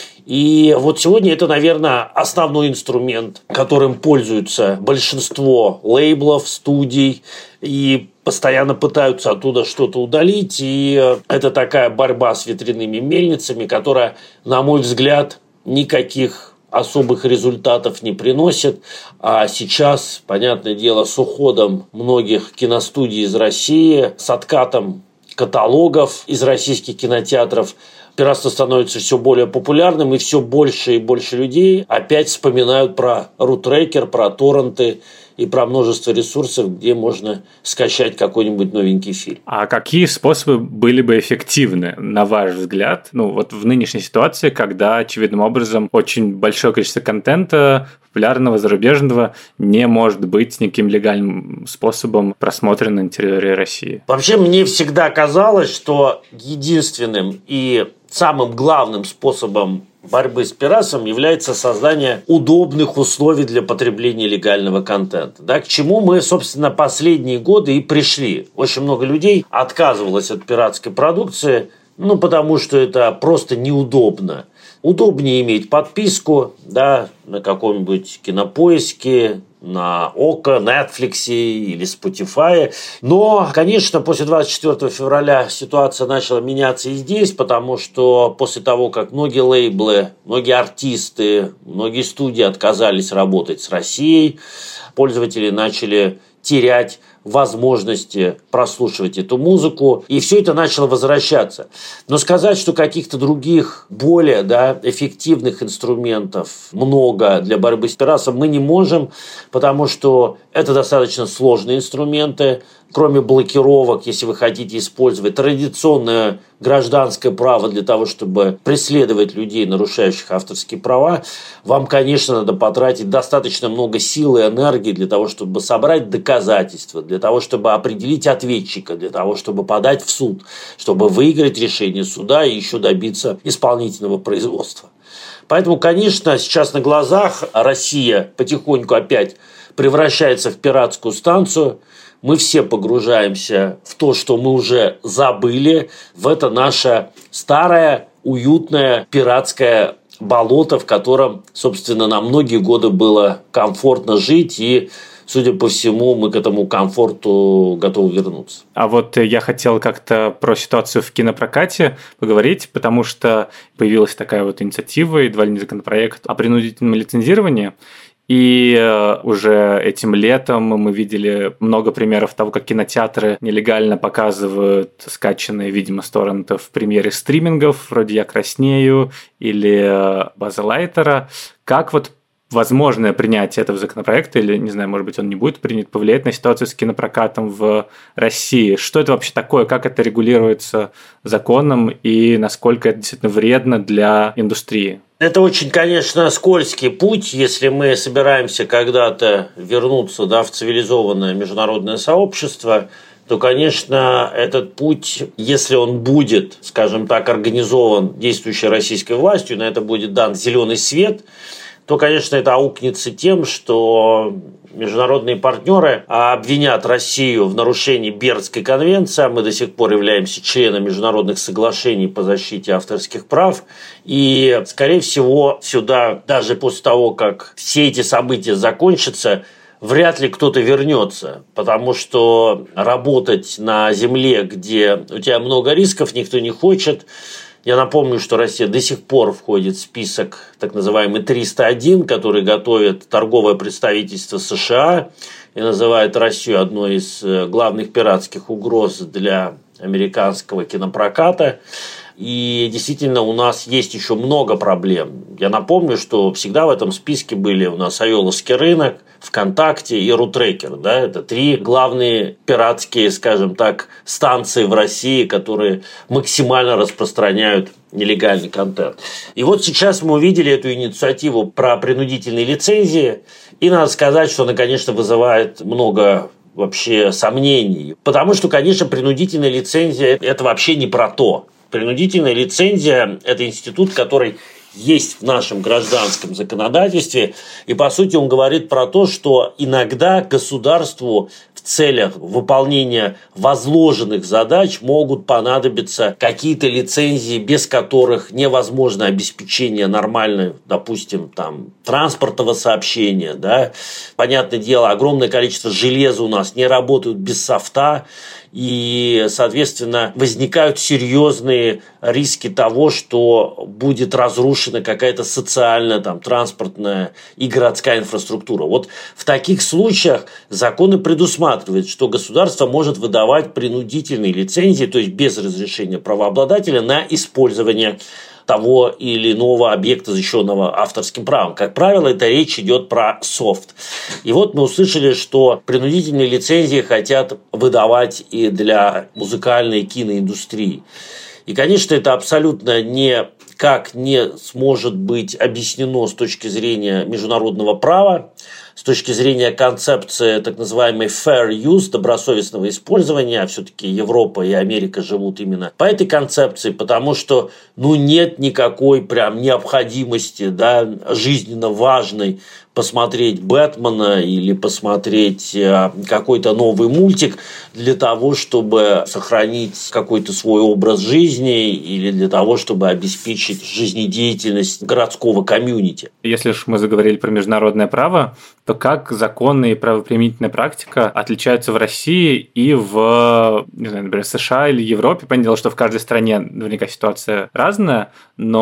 И вот сегодня это, наверное, основной инструмент, которым пользуются большинство лейблов, студий, и постоянно пытаются оттуда что-то удалить. И это такая борьба с ветряными мельницами, которая, на мой взгляд, никаких особых результатов не приносит. А сейчас, понятное дело, с уходом многих киностудий из России, с откатом каталогов из российских кинотеатров, пиратство становится все более популярным, и все больше и больше людей опять вспоминают про рутрекер, про торренты и про множество ресурсов, где можно скачать какой-нибудь новенький фильм. А какие способы были бы эффективны, на ваш взгляд, вот в нынешней ситуации, когда, очевидным образом, очень большое количество контента, популярного, зарубежного, не может быть никаким легальным способом просмотрен на территории России? Вообще, мне всегда казалось, что единственным и самым главным способом борьбы с пиратством является создание удобных условий для потребления легального контента. Да, к чему мы, собственно, последние годы и пришли. Очень много людей отказывалось от пиратской продукции, потому что это просто неудобно. Удобнее иметь подписку, да, на каком-нибудь Кинопоиске, на ОКО, Netflix или Spotify. Но, конечно, после 24 февраля ситуация начала меняться и здесь, потому что после того, как многие лейблы, многие артисты, многие студии отказались работать с Россией, пользователи начали терять возможности прослушивать эту музыку, и все это начало возвращаться. Но сказать, что каких-то других более эффективных инструментов много для борьбы с пиратством мы не можем, потому что это достаточно сложные инструменты. Кроме блокировок, если вы хотите использовать традиционное гражданское право для того, чтобы преследовать людей, нарушающих авторские права, вам, конечно, надо потратить достаточно много сил и энергии для того, чтобы собрать доказательства, для того, чтобы определить ответчика, для того, чтобы подать в суд, чтобы выиграть решение суда и еще добиться исполнительного производства. Поэтому, конечно, сейчас на глазах Россия потихоньку опять превращается в пиратскую станцию. Мы все погружаемся в то, что мы уже забыли, в это наше старое, уютное, пиратское болото, в котором, собственно, на многие годы было комфортно жить, и, судя по всему, мы к этому комфорту готовы вернуться. А вот я хотел как-то про ситуацию в кинопрокате поговорить, потому что появилась такая вот инициатива, едва ли не законопроект о принудительном лицензировании. И уже этим летом мы видели много примеров того, как кинотеатры нелегально показывают скачанные, видимо, с торрентов премьеры стримингов, вроде «Я краснею» или «База Лайтера». Как вот возможное принятие этого законопроекта, или, не знаю, может быть, он не будет принят, повлияет на ситуацию с кинопрокатом в России? Что это вообще такое? Как это регулируется законом? И насколько это действительно вредно для индустрии? Это очень, конечно, скользкий путь, если мы собираемся когда-то вернуться в цивилизованное международное сообщество, то, конечно, этот путь, если он будет, скажем так, организован действующей российской властью, на это будет дан зеленый свет, то, конечно, это аукнется тем, что международные партнеры обвинят Россию в нарушении Бернской конвенции, а мы до сих пор являемся членом международных соглашений по защите авторских прав. И, скорее всего, сюда, даже после того, как все эти события закончатся, вряд ли кто-то вернется, потому что работать на земле, где у тебя много рисков, никто не хочет. Я напомню, что Россия до сих пор входит в список так называемый 301, который готовит торговое представительство США и называет Россию одной из главных пиратских угроз для американского кинопроката. И действительно, у нас есть еще много проблем. Я напомню, что всегда в этом списке были у нас Айоловский рынок, ВКонтакте и Рутрекер. Да? Это 3 главные пиратские, скажем так, станции в России, которые максимально распространяют нелегальный контент. И вот сейчас мы увидели эту инициативу про принудительные лицензии. И надо сказать, что она, конечно, вызывает много вообще сомнений. Потому что, конечно, принудительная лицензия – это вообще не про то. Принудительная лицензия – это институт, который есть в нашем гражданском законодательстве. И, по сути, он говорит про то, что иногда государству в целях выполнения возложенных задач могут понадобиться какие-то лицензии, без которых невозможно обеспечение нормального, допустим, там, транспортного сообщения. Да? Понятное дело, огромное количество железа у нас не работают без софта. И, соответственно, возникают серьезные риски того, что будет разрушена какая-то социальная, там, транспортная и городская инфраструктура. Вот в таких случаях законы предусматривают, что государство может выдавать принудительные лицензии, то есть без разрешения правообладателя, на использование того или иного объекта, защищенного авторским правом. Как правило, это речь идет про софт. И вот мы услышали, что принудительные лицензии хотят выдавать и для музыкальной киноиндустрии. И, конечно, это абсолютно никак не сможет быть объяснено с точки зрения международного права, с точки зрения концепции так называемой fair use, добросовестного использования, а все-таки Европа и Америка живут именно по этой концепции, потому что нет никакой прям необходимости, да, жизненно важной посмотреть Бэтмена или посмотреть какой-то новый мультик для того, чтобы сохранить какой-то свой образ жизни или для того, чтобы обеспечить жизнедеятельность городского комьюнити. Если уж мы заговорили про международное право, то как законная и правоприменительная практика отличаются в России и в, не знаю, например, США или Европе? Понятное дело, что в каждой стране наверняка ситуация разная,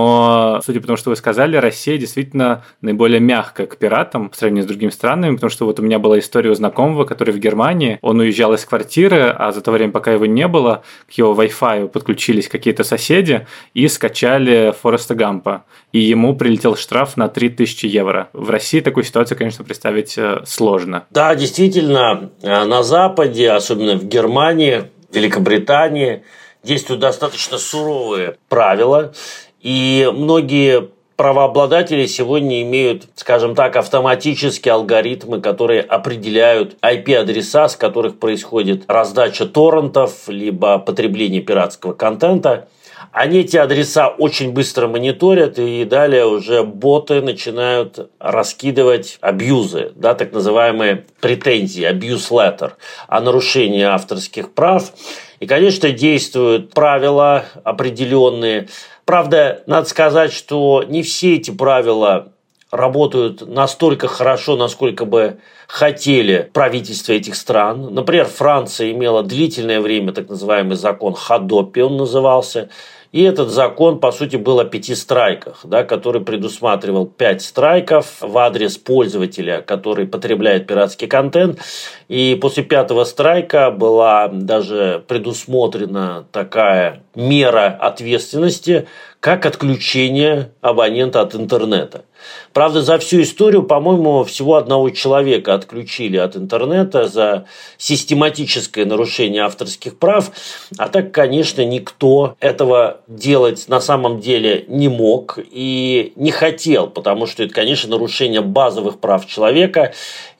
но, судя по тому, что вы сказали, Россия действительно наиболее мягкая к пиратам по сравнению с другими странами, потому что вот у меня была история у знакомого, который в Германии, он уезжал из квартиры, а за то время, пока его не было, к его Wi-Fi подключились какие-то соседи и скачали Фореста Гампа, и ему прилетел штраф на 3000 евро. В России такую ситуацию, конечно, представить сложно. Да, действительно, на Западе, особенно в Германии, Великобритании, действуют достаточно суровые правила, и многие правообладатели сегодня имеют, скажем так, автоматические алгоритмы, которые определяют IP-адреса, с которых происходит раздача торрентов, либо потребление пиратского контента. Они эти адреса очень быстро мониторят, и далее уже боты начинают раскидывать абьюзы, да, так называемые претензии, abuse letter, о нарушении авторских прав. И, конечно, действуют правила определенные. Правда, надо сказать, что не все эти правила работают настолько хорошо, насколько бы хотели правительства этих стран. Например, Франция имела длительное время так называемый закон Хадопи, он назывался. И этот закон, по сути, был о 5 страйках, да, который предусматривал 5 страйков в адрес пользователя, который потребляет пиратский контент. И после 5-го страйка была даже предусмотрена такая мера ответственности, как отключение абонента от интернета. Правда, за всю историю, по-моему, всего одного человека отключили от интернета за систематическое нарушение авторских прав. А так, конечно, никто этого делать на самом деле не мог и не хотел, потому что это, конечно, нарушение базовых прав человека.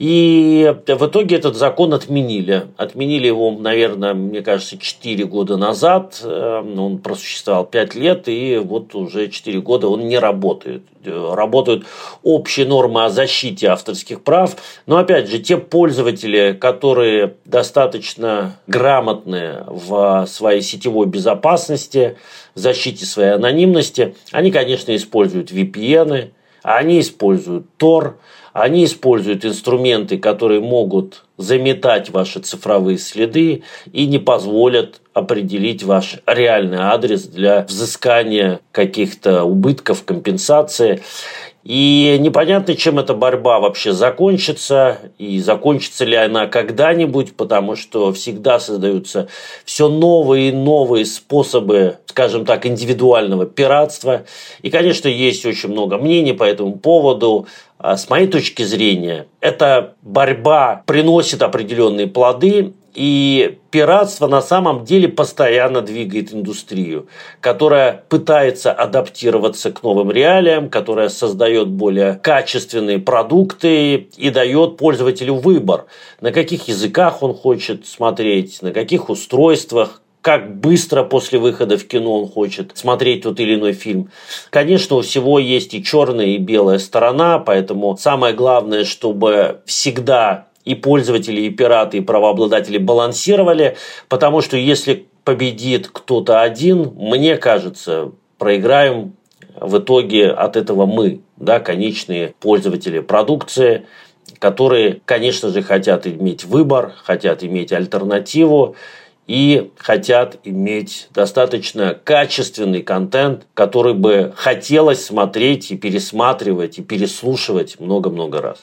И в итоге этот закон отменили. Отменили его, наверное, мне кажется, 4 года назад. Он просуществовал 5 лет, и вот уже 4 года он не работает. Работают общие нормы о защите авторских прав. Но, опять же, те пользователи, которые достаточно грамотные в своей сетевой безопасности, в защите своей анонимности, они, конечно, используют VPN, они используют Tor, Они используют инструменты, которые могут заметать ваши цифровые следы и не позволят определить ваш реальный адрес для взыскания каких-то убытков, компенсации. И непонятно, чем эта борьба вообще закончится, и закончится ли она когда-нибудь, потому что всегда создаются все новые и новые способы, скажем так, индивидуального пиратства. И, конечно, есть очень много мнений по этому поводу. С моей точки зрения, эта борьба приносит определенные плоды, и пиратство на самом деле постоянно двигает индустрию, которая пытается адаптироваться к новым реалиям, которая создает более качественные продукты и дает пользователю выбор, на каких языках он хочет смотреть, на каких устройствах, как быстро после выхода в кино он хочет смотреть тот или иной фильм. Конечно, у всего есть и черная, и белая сторона, поэтому самое главное, чтобы всегда и пользователи, и пираты, и правообладатели балансировали, потому что если победит кто-то один, мне кажется, проиграем в итоге от этого мы, да, конечные пользователи продукции, которые, конечно же, хотят иметь выбор, хотят иметь альтернативу и хотят иметь достаточно качественный контент, который бы хотелось смотреть и пересматривать, и переслушивать много-много раз.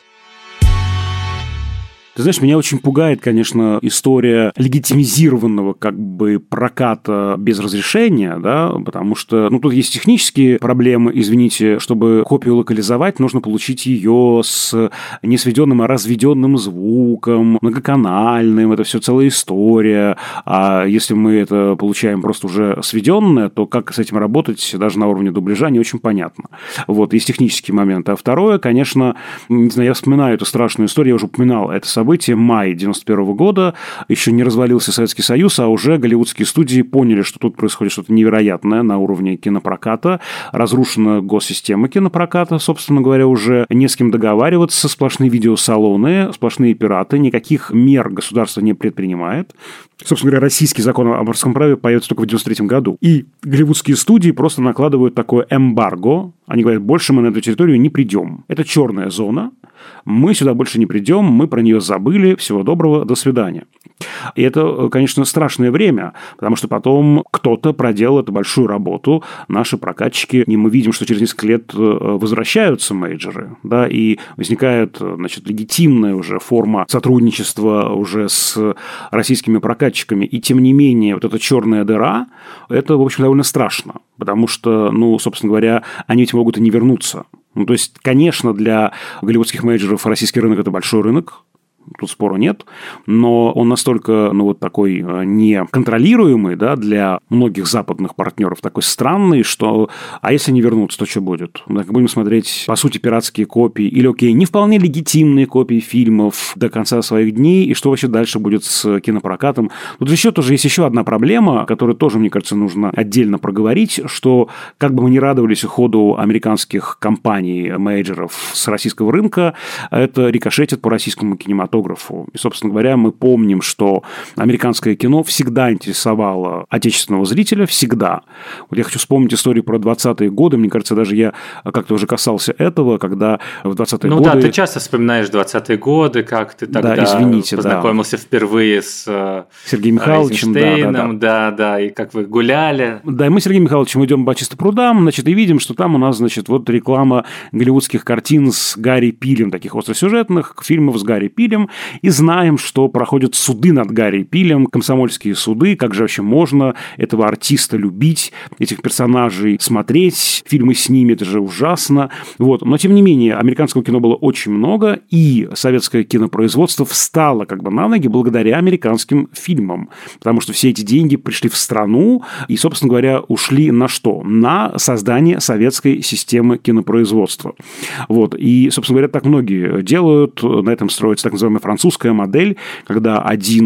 Ты знаешь, меня очень пугает, конечно, история легитимизированного как бы проката без разрешения, да, потому что, тут есть технические проблемы, извините, чтобы копию локализовать, нужно получить ее с не сведенным, а разведенным звуком, многоканальным, это все целая история, а если мы это получаем просто уже сведенное, то как с этим работать даже на уровне дубляжа не очень понятно. Вот, есть технический момент. А второе, конечно, не знаю, я вспоминаю эту страшную историю, я уже упоминал это событие, май 91 года, еще не развалился Советский Союз, а уже голливудские студии поняли, что тут происходит что-то невероятное на уровне кинопроката, разрушена госсистема кинопроката, собственно говоря, уже не с кем договариваться, сплошные видеосалоны, сплошные пираты, никаких мер государство не предпринимает. Собственно говоря, российский закон о авторском праве появится только в 93 году. И голливудские студии просто накладывают такое эмбарго. Они говорят, больше мы на эту территорию не придем. Это черная зона. Мы сюда больше не придем, мы про нее забыли, всего доброго, до свидания. И это, конечно, страшное время, потому что потом кто-то проделал эту большую работу, наши прокатчики, и мы видим, что через несколько лет возвращаются мейджоры, да, и возникает, значит, легитимная уже форма сотрудничества уже с российскими прокатчиками, и тем не менее вот эта черная дыра, это, в общем, довольно страшно, потому что, собственно говоря, они ведь могут и не вернуться. То есть, конечно, для голливудских мейджоров российский рынок – это большой рынок, тут спора нет, но он настолько, такой неконтролируемый, да, для многих западных партнеров, такой странный, что, а если не вернуться, то что будет? Мы будем смотреть, по сути, пиратские копии, или, окей, не вполне легитимные копии фильмов до конца своих дней, и что вообще дальше будет с кинопрокатом? Тут еще тоже есть еще одна проблема, которую тоже, мне кажется, нужно отдельно проговорить, что, как бы мы ни радовались уходу американских компаний, мейджоров с российского рынка, это рикошетит по российскому кинематографу. И, собственно говоря, мы помним, что американское кино всегда интересовало отечественного зрителя, всегда. Вот я хочу вспомнить историю про 20-е годы. Мне кажется, даже я как-то уже касался этого, когда в 20-е годы... да, ты часто вспоминаешь 20-е годы, как ты тогда познакомился впервые с Сергеем Михайловичем. Да, и как вы гуляли. Да, и мы с Сергеем Михайловичем идем по чисто прудам, значит, и видим, что там у нас, значит, вот реклама голливудских картин с Гарри Пилем, таких остросюжетных фильмов с Гарри Пилем, и знаем, что проходят суды над Гарри Пилем, комсомольские суды, как же вообще можно этого артиста любить, этих персонажей смотреть, фильмы с ними, это же ужасно. Вот. Но, тем не менее, американского кино было очень много, и советское кинопроизводство встало как бы на ноги благодаря американским фильмам, потому что все эти деньги пришли в страну и, собственно говоря, ушли на что? На создание советской системы кинопроизводства. Вот. И, собственно говоря, так многие делают, на этом строится так называемая французская модель, когда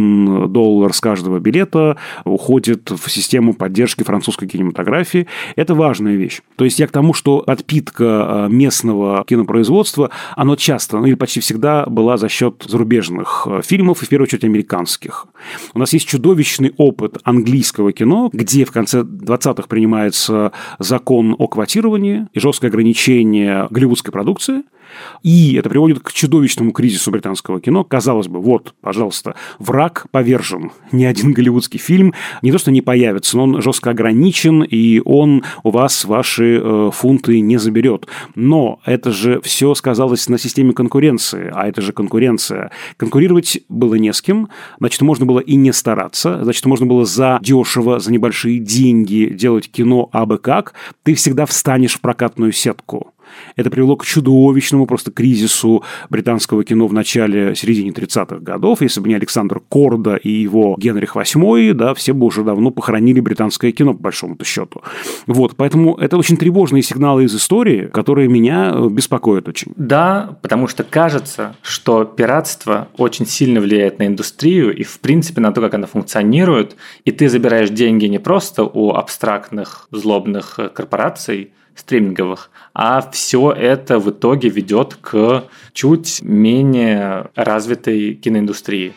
$1 с каждого билета уходит в систему поддержки французской кинематографии. Это важная вещь. То есть я к тому, что подпитка местного кинопроизводства, оно часто, или почти всегда была за счет зарубежных фильмов, и в первую очередь американских. У нас есть чудовищный опыт английского кино, где в конце 20-х принимается закон о квотировании и жесткое ограничение голливудской продукции. И это приводит к чудовищному кризису британского кино. Казалось бы, вот, пожалуйста, враг повержен. Ни один голливудский фильм не то что не появится, но он жестко ограничен, и он у вас ваши фунты не заберет. Но это же все сказалось на системе конкуренции, а это же конкуренция. Конкурировать было не с кем, значит, можно было и не стараться, значит, можно было за дешево, за небольшие деньги делать кино абы как, ты всегда встанешь в прокатную сетку. Это привело к чудовищному просто кризису британского кино в начале-середине 30-х годов. Если бы не Александр Корда и его Генрих VIII, да, все бы уже давно похоронили британское кино, по большому-то счету. Вот, поэтому это очень тревожные сигналы из истории, которые меня беспокоят очень. Да, потому что кажется, что пиратство очень сильно влияет на индустрию и, в принципе, на то, как она функционирует, и ты забираешь деньги не просто у абстрактных, злобных корпораций, стриминговых, а все это в итоге ведет к чуть менее развитой киноиндустрии.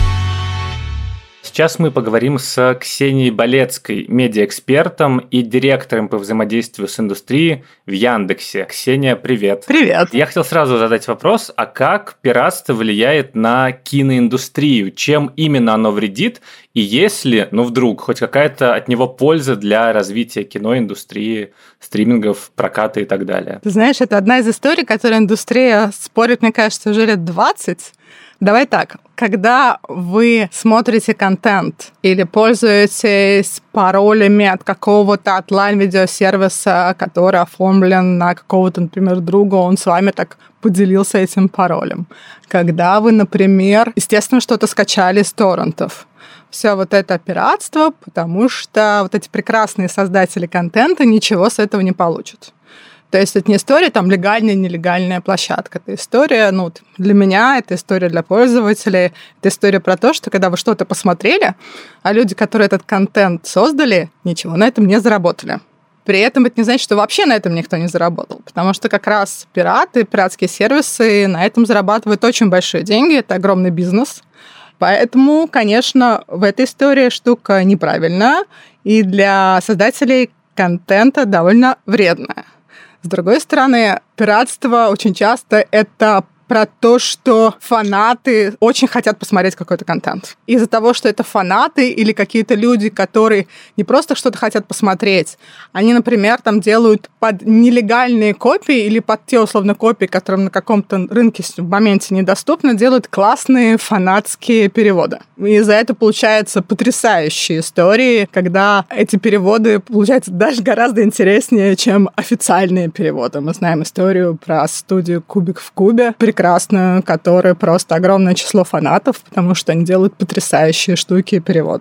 Сейчас мы поговорим с Ксенией Болецкой, медиаэкспертом и директором по взаимодействию с индустрией в Яндексе. Ксения, привет. Привет. Я хотел сразу задать вопрос, а как пиратство влияет на киноиндустрию? Чем именно оно вредит? И есть ли, вдруг, хоть какая-то от него польза для развития киноиндустрии, стримингов, проката и так далее? Ты знаешь, это одна из историй, которой индустрия спорит, мне кажется, уже лет 20. Давай так, когда вы смотрите контент или пользуетесь паролями от какого-то онлайн-видеосервиса, который оформлен на какого-то, например, друга, он с вами так поделился этим паролем. Когда вы, например, естественно, что-то скачали с торрентов. Все вот это пиратство, потому что вот эти прекрасные создатели контента ничего с этого не получат. То есть это не история там легальная, нелегальная площадка. Это история, для меня, это история для пользователей. Это история про то, что когда вы что-то посмотрели, а люди, которые этот контент создали, ничего на этом не заработали. При этом это не значит, что вообще на этом никто не заработал, потому что как раз пираты, пиратские сервисы на этом зарабатывают очень большие деньги, это огромный бизнес. Поэтому, конечно, в этой истории штука неправильная и для создателей контента довольно вредная. С другой стороны, пиратство очень часто это про то, что фанаты очень хотят посмотреть какой-то контент. Из-за того, что это фанаты или какие-то люди, которые не просто что-то хотят посмотреть, они, например, там делают под нелегальные копии или под те, условно, копии, которым на каком-то рынке в моменте недоступны, делают классные фанатские переводы. И за это получаются потрясающие истории, когда эти переводы получаются даже гораздо интереснее, чем официальные переводы. Мы знаем историю про студию «Кубик в кубе», прекрасную, которая просто огромное число фанатов, потому что они делают потрясающие штуки и переводы.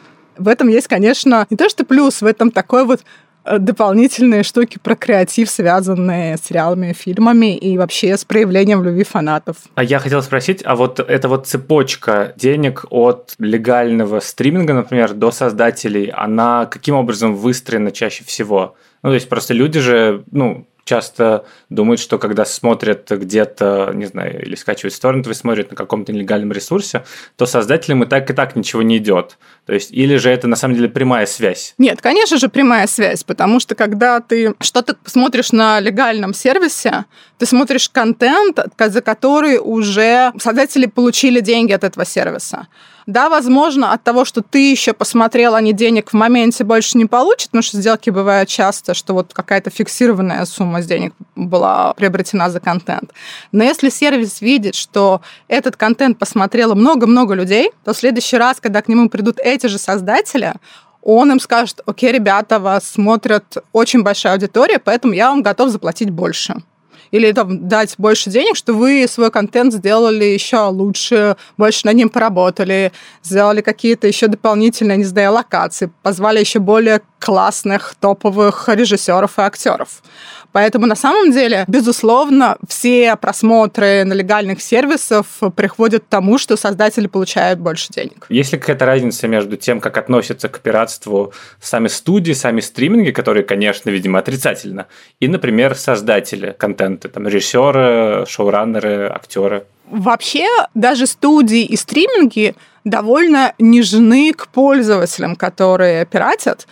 В этом есть, конечно, не то что плюс, в этом такой вот дополнительные штуки про креатив, связанные с сериалами, фильмами и вообще с проявлением любви фанатов. А я хотел спросить, а вот эта вот цепочка денег от легального стриминга, например, до создателей, она каким образом выстроена чаще всего? То есть просто люди же, часто думают, что когда смотрят где-то, не знаю, или скачивают с торрентов и смотрят на каком-то нелегальном ресурсе, то создателям и так ничего не идет. То есть, или же это на самом деле прямая связь? Нет, конечно же, прямая связь, потому что когда ты что-то смотришь на легальном сервисе, ты смотришь контент, за который уже создатели получили деньги от этого сервиса. Да, возможно, от того, что ты еще посмотрел, они денег в моменте больше не получат, потому что сделки бывают часто, что вот какая-то фиксированная сумма с денег была приобретена за контент. Но если сервис видит, что этот контент посмотрело много-много людей, то в следующий раз, когда к нему придут эти же создатели, он им скажет: окей, ребята, вас смотрят очень большая аудитория, поэтому я вам готов заплатить больше. Или дать больше денег, что вы свой контент сделали еще лучше, больше над ним поработали, сделали какие-то еще дополнительные, локации, позвали еще более классных, топовых режиссеров и актеров. Поэтому на самом деле, безусловно, все просмотры на легальных сервисах приходят к тому, что создатели получают больше денег. Есть ли какая-то разница между тем, как относятся к пиратству сами студии, сами стриминги, которые, конечно, видимо, отрицательно, и, например, создатели контента, режиссеры, шоураннеры, актеры? Вообще, даже студии и стриминги довольно нежны к пользователям, которые пиратят.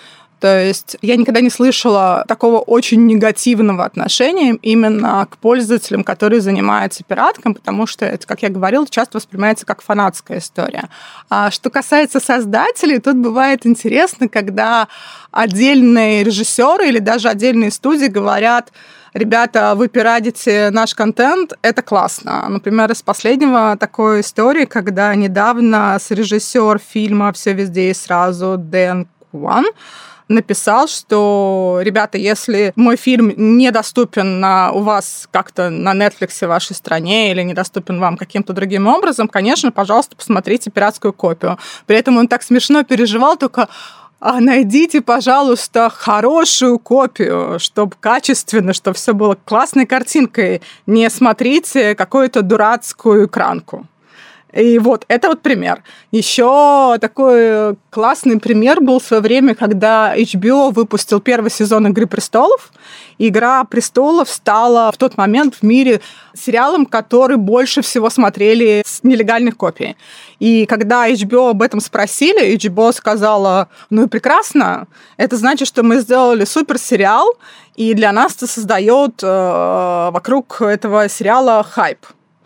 То есть я никогда не слышала такого очень негативного отношения именно к пользователям, которые занимаются пиратком, потому что это, как я говорила, часто воспринимается как фанатская история. А что касается создателей, тут бывает интересно, когда отдельные режиссеры или даже отдельные студии говорят: ребята, вы пиратите наш контент, это классно. Например, из последнего такой истории, когда недавно режиссер фильма «Все везде и сразу» Дэн Куан написал, что, ребята, если мой фильм недоступен у вас как-то на Netflix в вашей стране или недоступен вам каким-то другим образом, конечно, пожалуйста, посмотрите пиратскую копию. При этом он так смешно переживал, только найдите, пожалуйста, хорошую копию, чтобы качественно, чтобы все было классной картинкой. Не смотрите какую-то дурацкую экранку. И вот, это вот пример. Еще такой классный пример был в свое время, когда HBO выпустил первый сезон «Игры престолов». «Игра престолов» стала в тот момент в мире сериалом, который больше всего смотрели с нелегальных копий. И когда HBO об этом спросили, HBO сказала: ну и прекрасно, это значит, что мы сделали суперсериал, и для нас это создает вокруг этого сериала хайп.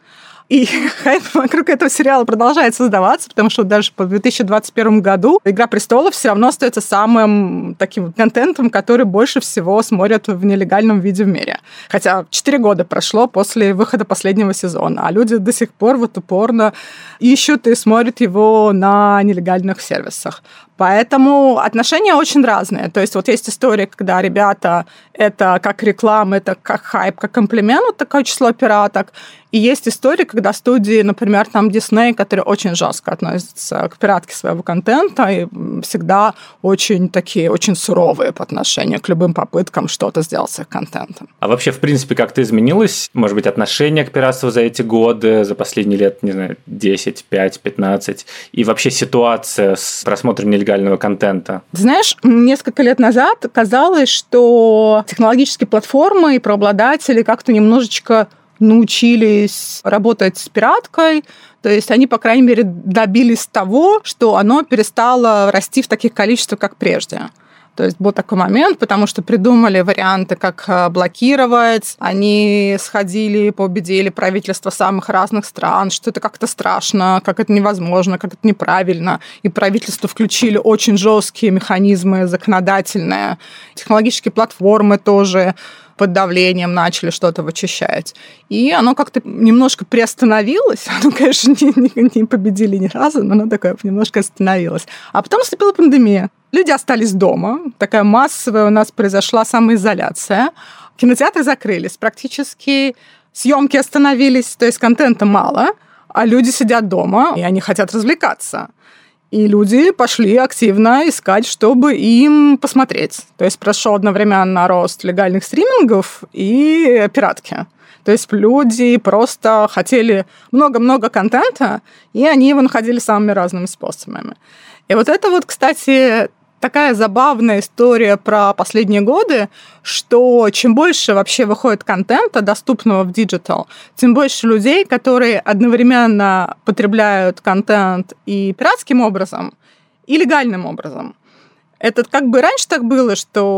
И хайп вокруг этого сериала продолжает создаваться, потому что даже по 2021 году «Игра престолов» все равно остается самым таким контентом, который больше всего смотрят в нелегальном виде в мире. Хотя 4 года прошло после выхода последнего сезона, а люди до сих пор вот упорно ищут и смотрят его на нелегальных сервисах. Поэтому отношения очень разные. То есть вот есть история, когда ребята, это как реклама, это как хайп, как комплимент, вот такое число пираток. И есть история, когда студии, например, там Disney, которые очень жестко относятся к пиратке своего контента и всегда очень суровые по отношению к любым попыткам что-то сделать с их контентом. А вообще, в принципе, как-то изменилось, может быть, отношение к пиратству за эти годы, за последние лет, не знаю, 10, 5, 15, и вообще ситуация с просмотром нелегального контента? Знаешь, несколько лет назад казалось, что технологические платформы и правообладатели как-то немножечко научились работать с пираткой, то есть они, по крайней мере, добились того, что оно перестало расти в таких количествах, как прежде. То есть был такой момент, потому что придумали варианты, как блокировать. Они сходили, победили правительства самых разных стран, что это как-то страшно, как это невозможно, как это неправильно. И правительство включили очень жесткие механизмы законодательные. Технологические платформы тоже под давлением начали что-то вычищать. И оно как-то немножко приостановилось. Оно, конечно, не победили ни разу, но оно такое немножко остановилось. А потом наступила пандемия. Люди остались дома. Такая массовая у нас произошла самоизоляция. Кинотеатры закрылись. Практически съемки остановились, то есть контента мало, а люди сидят дома, и они хотят развлекаться. И люди пошли активно искать, чтобы им посмотреть. То есть прошел одновременно рост легальных стримингов и пиратки. То есть люди просто хотели много-много контента, и они его находили самыми разными способами. И вот это вот, кстати, такая забавная история про последние годы, что чем больше вообще выходит контента, доступного в диджитал, тем больше людей, которые одновременно потребляют контент и пиратским образом, и легальным образом. Это как бы раньше так было,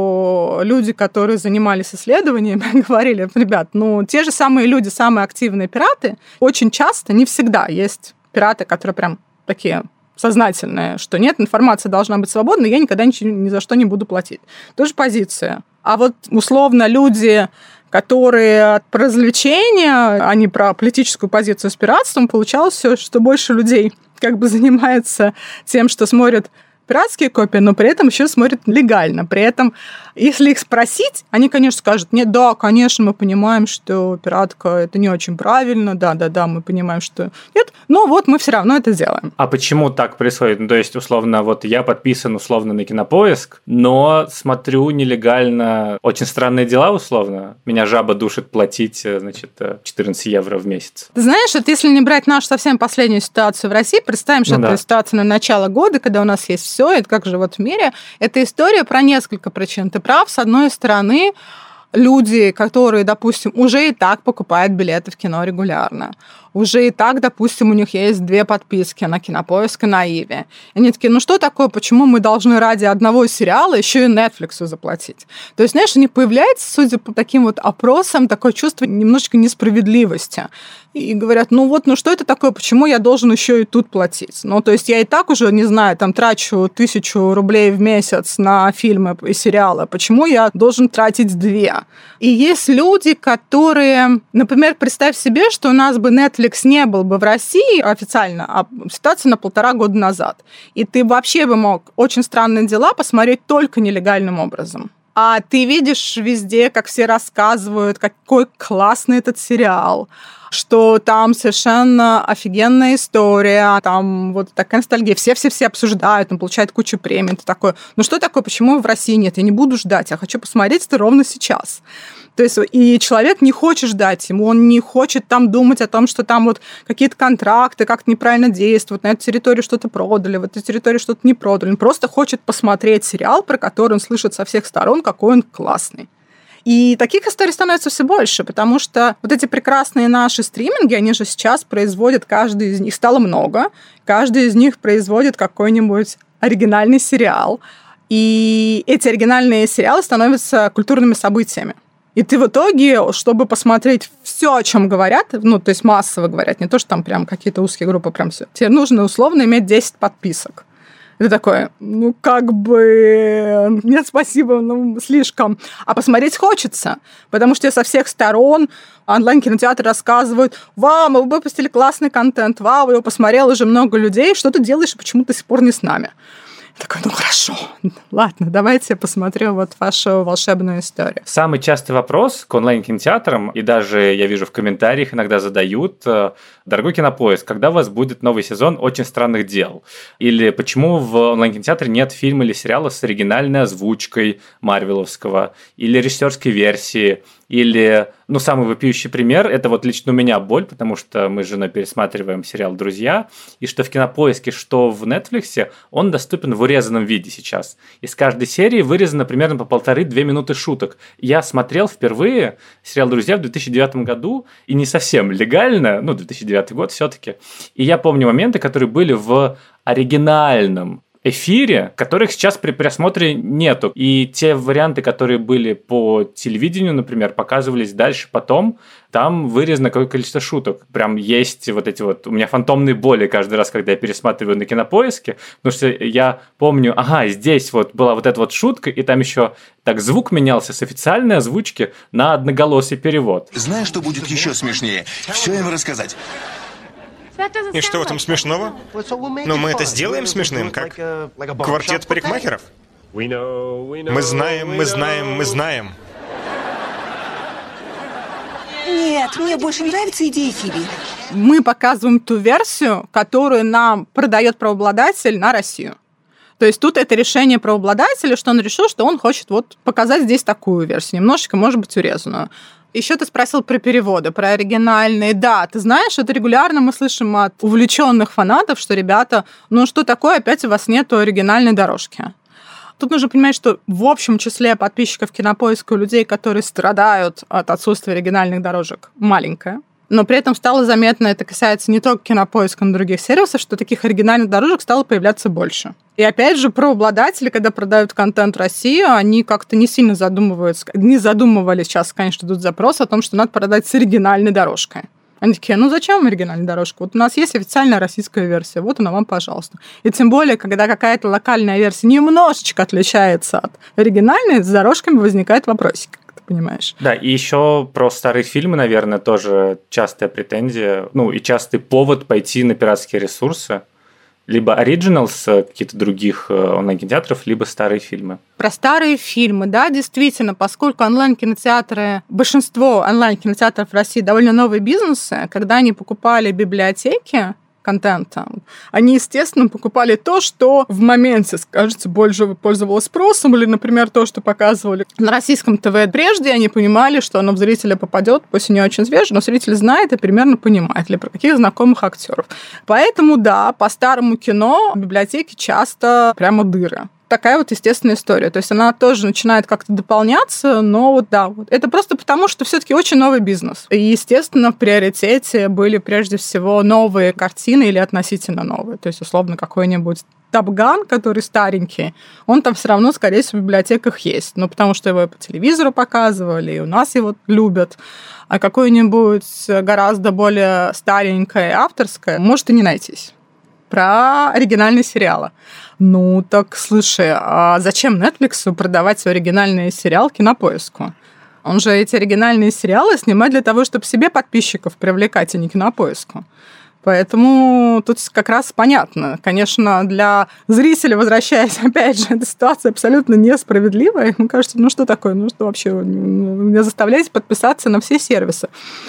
что люди, которые занимались исследованиями, говорили: ребят, те же самые люди, самые активные пираты, очень часто, не всегда, есть пираты, которые прям такие сознательное, что нет, информация должна быть свободной, я никогда ни за что не буду платить. Тоже позиция. А вот условно люди, которые про развлечения, а не про политическую позицию с пиратством, получалось все, что больше людей как бы занимается тем, что смотрят пиратские копии, но при этом еще смотрят легально. При этом, если их спросить, они, конечно, скажут: нет, да, конечно, мы понимаем, что пиратка – это не очень правильно, да, мы понимаем, что нет, но вот мы все равно это делаем. А почему так происходит? То есть, условно, вот я подписан условно на Кинопоиск, но смотрю нелегально «Очень странные дела», условно. Меня жаба душит платить, 14 евро в месяц. Ты знаешь, это если не брать нашу совсем последнюю ситуацию в России, представим, что это ситуация на начало года, когда у нас есть все, это как живут в мире. Это история про несколько причин. Ты прав, с одной стороны, люди, которые, допустим, уже и так покупают билеты в кино регулярно, уже и так, допустим, у них есть 2 подписки на Кинопоиск и на Иви. И они такие, ну что такое, почему мы должны ради одного сериала еще и Netflix заплатить? То есть, знаешь, у них появляется, судя по таким вот опросам, такое чувство немножечко несправедливости. И говорят, ну что это такое, почему я должен еще и тут платить? Ну, то есть я и так уже, не знаю, там трачу 1000 рублей в месяц на фильмы и сериалы, почему я должен тратить 2? И есть люди, которые, например, представь себе, что у нас бы Netflix не был бы в России официально, а ситуация на 1,5 года назад. И ты вообще бы мог «Очень странные дела» посмотреть только нелегальным образом. А ты видишь везде, как все рассказывают, какой классный этот сериал, что там совершенно офигенная история, там вот такая ностальгия, все обсуждают, он получает кучу премий, ты такой, ну что такое, почему в России нет, я не буду ждать, я хочу посмотреть это ровно сейчас. То есть и человек не хочет ждать ему, он не хочет там думать о том, что там вот какие-то контракты как-то неправильно действуют, на эту территорию что-то продали, в эту территорию что-то не продали, он просто хочет посмотреть сериал, про который он слышит со всех сторон, какой он классный. И таких историй становится все больше, потому что вот эти прекрасные наши стриминги, они же сейчас производят, каждый из них, стало много, каждый из них производит какой-нибудь оригинальный сериал. И эти оригинальные сериалы становятся культурными событиями. И ты в итоге, чтобы посмотреть все, о чем говорят, ну, то есть массово говорят, не то, что там прям какие-то узкие группы, прям все, тебе нужно условно иметь 10 подписок. И ты такой, ну, как бы, нет, спасибо, ну, слишком. А посмотреть хочется, потому что со всех сторон онлайн-кинотеатры рассказывают, вау, мы выпустили классный контент, вау, его посмотрело уже много людей, что ты делаешь и почему до сих пор не с нами? Такой, ну хорошо, ладно, давайте я посмотрю вот вашу волшебную историю. Самый частый вопрос к онлайн-кинотеатрам, и даже я вижу в комментариях иногда задают, дорогой Кинопоиск, когда у вас будет новый сезон «Очень странных дел»? Или почему в онлайн-кинотеатре нет фильма или сериала с оригинальной озвучкой марвеловского, или режиссерской версии, или, ну, самый вопиющий пример, это вот лично у меня боль, потому что мы с женой пересматриваем сериал «Друзья», и что в Кинопоиске, что в Netflix, он доступен в урезанном виде сейчас. Из каждой серии вырезано примерно по 1,5-2 минуты шуток. Я смотрел впервые сериал «Друзья» в 2009 году, и не совсем легально, ну, 2009 год все-таки, и я помню моменты, которые были в оригинальном эфире, которых сейчас при просмотре нету. И те варианты, которые были по телевидению, например, показывались дальше потом, там вырезано какое-то количество шуток. Прям есть вот эти вот... У меня фантомные боли каждый раз, когда я пересматриваю на Кинопоиске, потому что я помню, ага, здесь вот была вот эта вот шутка, и там еще так звук менялся с официальной озвучки на одноголосый перевод. Знаешь, что будет еще смешнее? Все им рассказать. И что в этом смешного? Но мы это сделаем смешным, как квартет парикмахеров. Мы знаем. Нет, мне больше нравится идея Фиби. Мы показываем ту версию, которую нам продает правообладатель на Россию. То есть тут это решение правообладателя, что он решил, что он хочет вот показать здесь такую версию, немножечко, может быть, урезанную. Еще ты спросил про переводы, про оригинальные. Да, ты знаешь, это регулярно мы слышим от увлеченных фанатов, что, ребята, ну что такое, опять у вас нету оригинальной дорожки. Тут нужно понимать, что в общем числе подписчиков Кинопоиска у людей, которые страдают от отсутствия оригинальных дорожек, маленькое. Но при этом стало заметно, это касается не только Кинопоиска, но и других сервисов, что таких оригинальных дорожек стало появляться больше. И опять же, правообладатели, когда продают контент в России, они как-то не сильно задумываются, не задумывались, сейчас, конечно, идут запросы о том, что надо продать с оригинальной дорожкой. Они такие, ну зачем оригинальная дорожка? Вот у нас есть официальная российская версия, вот она вам, пожалуйста. И тем более, когда какая-то локальная версия немножечко отличается от оригинальной, с дорожками возникает вопросик. Понимаешь. Да, и еще про старые фильмы, наверное, тоже частая претензия, ну и частый повод пойти на пиратские ресурсы. Либо Originals каких-то других онлайн-кинотеатров, либо старые фильмы. Про старые фильмы, да, действительно, поскольку онлайн-кинотеатры, большинство онлайн-кинотеатров в России довольно новые бизнесы, когда они покупали библиотеки контента, они, естественно, покупали то, что в моменте, кажется, больше пользовалось спросом, или, например, то, что показывали на российском ТВ прежде, они понимали, что оно в зрителя попадет, пусть и не очень свежее, но зритель знает и примерно понимает, или про каких знакомых актеров. Поэтому, да, по старому кино в библиотеке часто прямо дыры. такая вот естественная история. То есть она тоже начинает как-то дополняться, но вот да, вот. Это просто потому, что все-таки очень новый бизнес. И, естественно, в приоритете были прежде всего новые картины или относительно новые. То есть, условно, какой-нибудь Top Gun, который старенький, он там все равно, скорее всего, в библиотеках есть. Ну, потому что его по телевизору показывали, и у нас его любят. А какое-нибудь гораздо более старенькое, авторское может и не найтись. Про оригинальные сериалы. Ну, так, слушай, а зачем Netflix продавать свой оригинальный сериал Кинопоиску? Он же эти оригинальные сериалы снимает для того, чтобы себе подписчиков привлекать, а не Кинопоиску. Поэтому тут как раз понятно. Конечно, для зрителя, возвращаясь, опять же, эта ситуация абсолютно несправедливая. Ему кажется, ну что такое? Ну что вообще? Меня заставляете подписаться на все сервисы.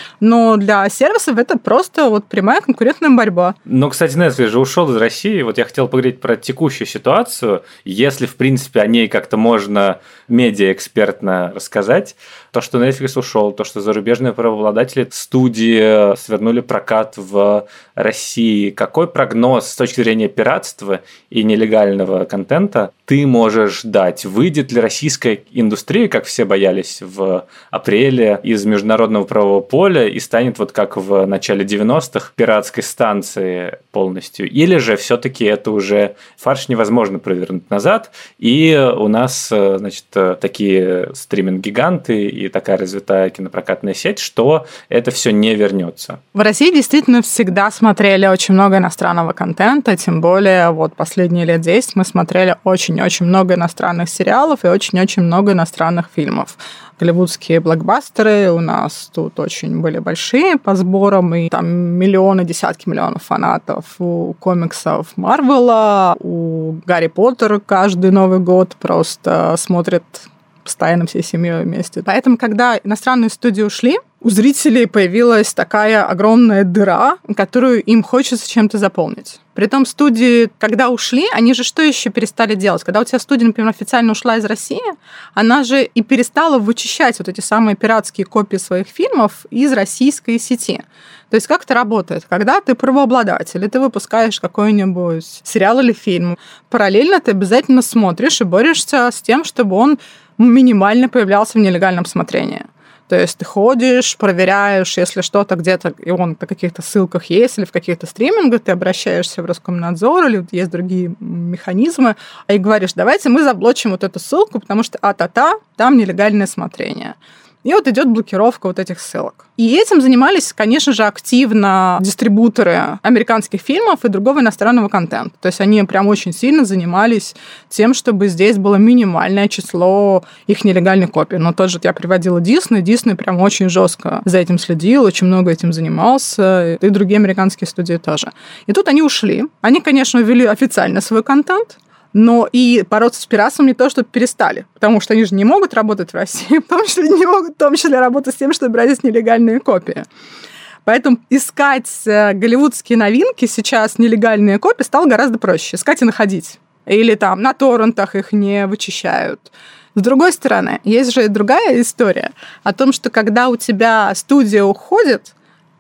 Но для сервисов это просто вот прямая конкурентная борьба. Но, кстати, Netflix же ушел из России. Вот я хотел поговорить про текущую ситуацию. Если, в принципе, о ней как-то можно медиаэкспертно рассказать, то, что Netflix ушел, то, что зарубежные правообладатели студии свернули прокат в России. Какой прогноз с точки зрения пиратства и нелегального контента ты можешь дать? Выйдет ли российская индустрия, как все боялись в апреле, из международного правового поля и станет вот как в начале 90-х пиратской станцией полностью? Или же все-таки это уже фарш невозможно провернуть назад, и у нас, значит, такие стриминг-гиганты и такая развитая кинопрокатная сеть, что это все не вернется? В России действительно всегда смотрели очень много иностранного контента, тем более вот последние лет 10 мы смотрели очень-очень много иностранных сериалов и очень-очень много иностранных фильмов. Голливудские блокбастеры у нас тут очень были большие по сборам, и там миллионы, десятки миллионов фанатов у комиксов Марвела, у Гарри Поттера каждый Новый год просто смотрят постоянно всей семьей вместе. Поэтому, когда иностранные студии ушли, у зрителей появилась такая огромная дыра, которую им хочется чем-то заполнить. Притом студии, когда ушли, они же что еще перестали делать? Когда у тебя студия, например, официально ушла из России, она же и перестала вычищать вот эти самые пиратские копии своих фильмов из российской сети. То есть как это работает? Когда ты правообладатель, и ты выпускаешь какой-нибудь сериал или фильм, параллельно ты обязательно смотришь и борешься с тем, чтобы он минимально появлялся в нелегальном смотрении. То есть ты ходишь, проверяешь, если что-то где-то, и он на каких-то ссылках есть, или в каких-то стримингах, ты обращаешься в Роскомнадзор, или есть другие механизмы, и говоришь, давайте мы заблочим вот эту ссылку, потому что там нелегальное смотрение. И вот идет блокировка вот этих ссылок. И этим занимались, конечно же, активно дистрибуторы американских фильмов и другого иностранного контента. То есть они прям очень сильно занимались тем, чтобы здесь было минимальное число их нелегальных копий. Но тот же я приводила Дисней. Дисней прям очень жестко за этим следил, очень много этим занимался. И другие американские студии тоже. И тут они ушли. Они, конечно, ввели официально свой контент, но и бороться с пиратством не то, что перестали, потому что они же не могут работать в России, потому что не могут в том числе работать с тем, чтобы брать здесь нелегальные копии. Поэтому искать голливудские новинки сейчас, нелегальные копии, стало гораздо проще. Искать и находить. Или там на торрентах их не вычищают. С другой стороны, есть же и другая история о том, что когда у тебя студия уходит,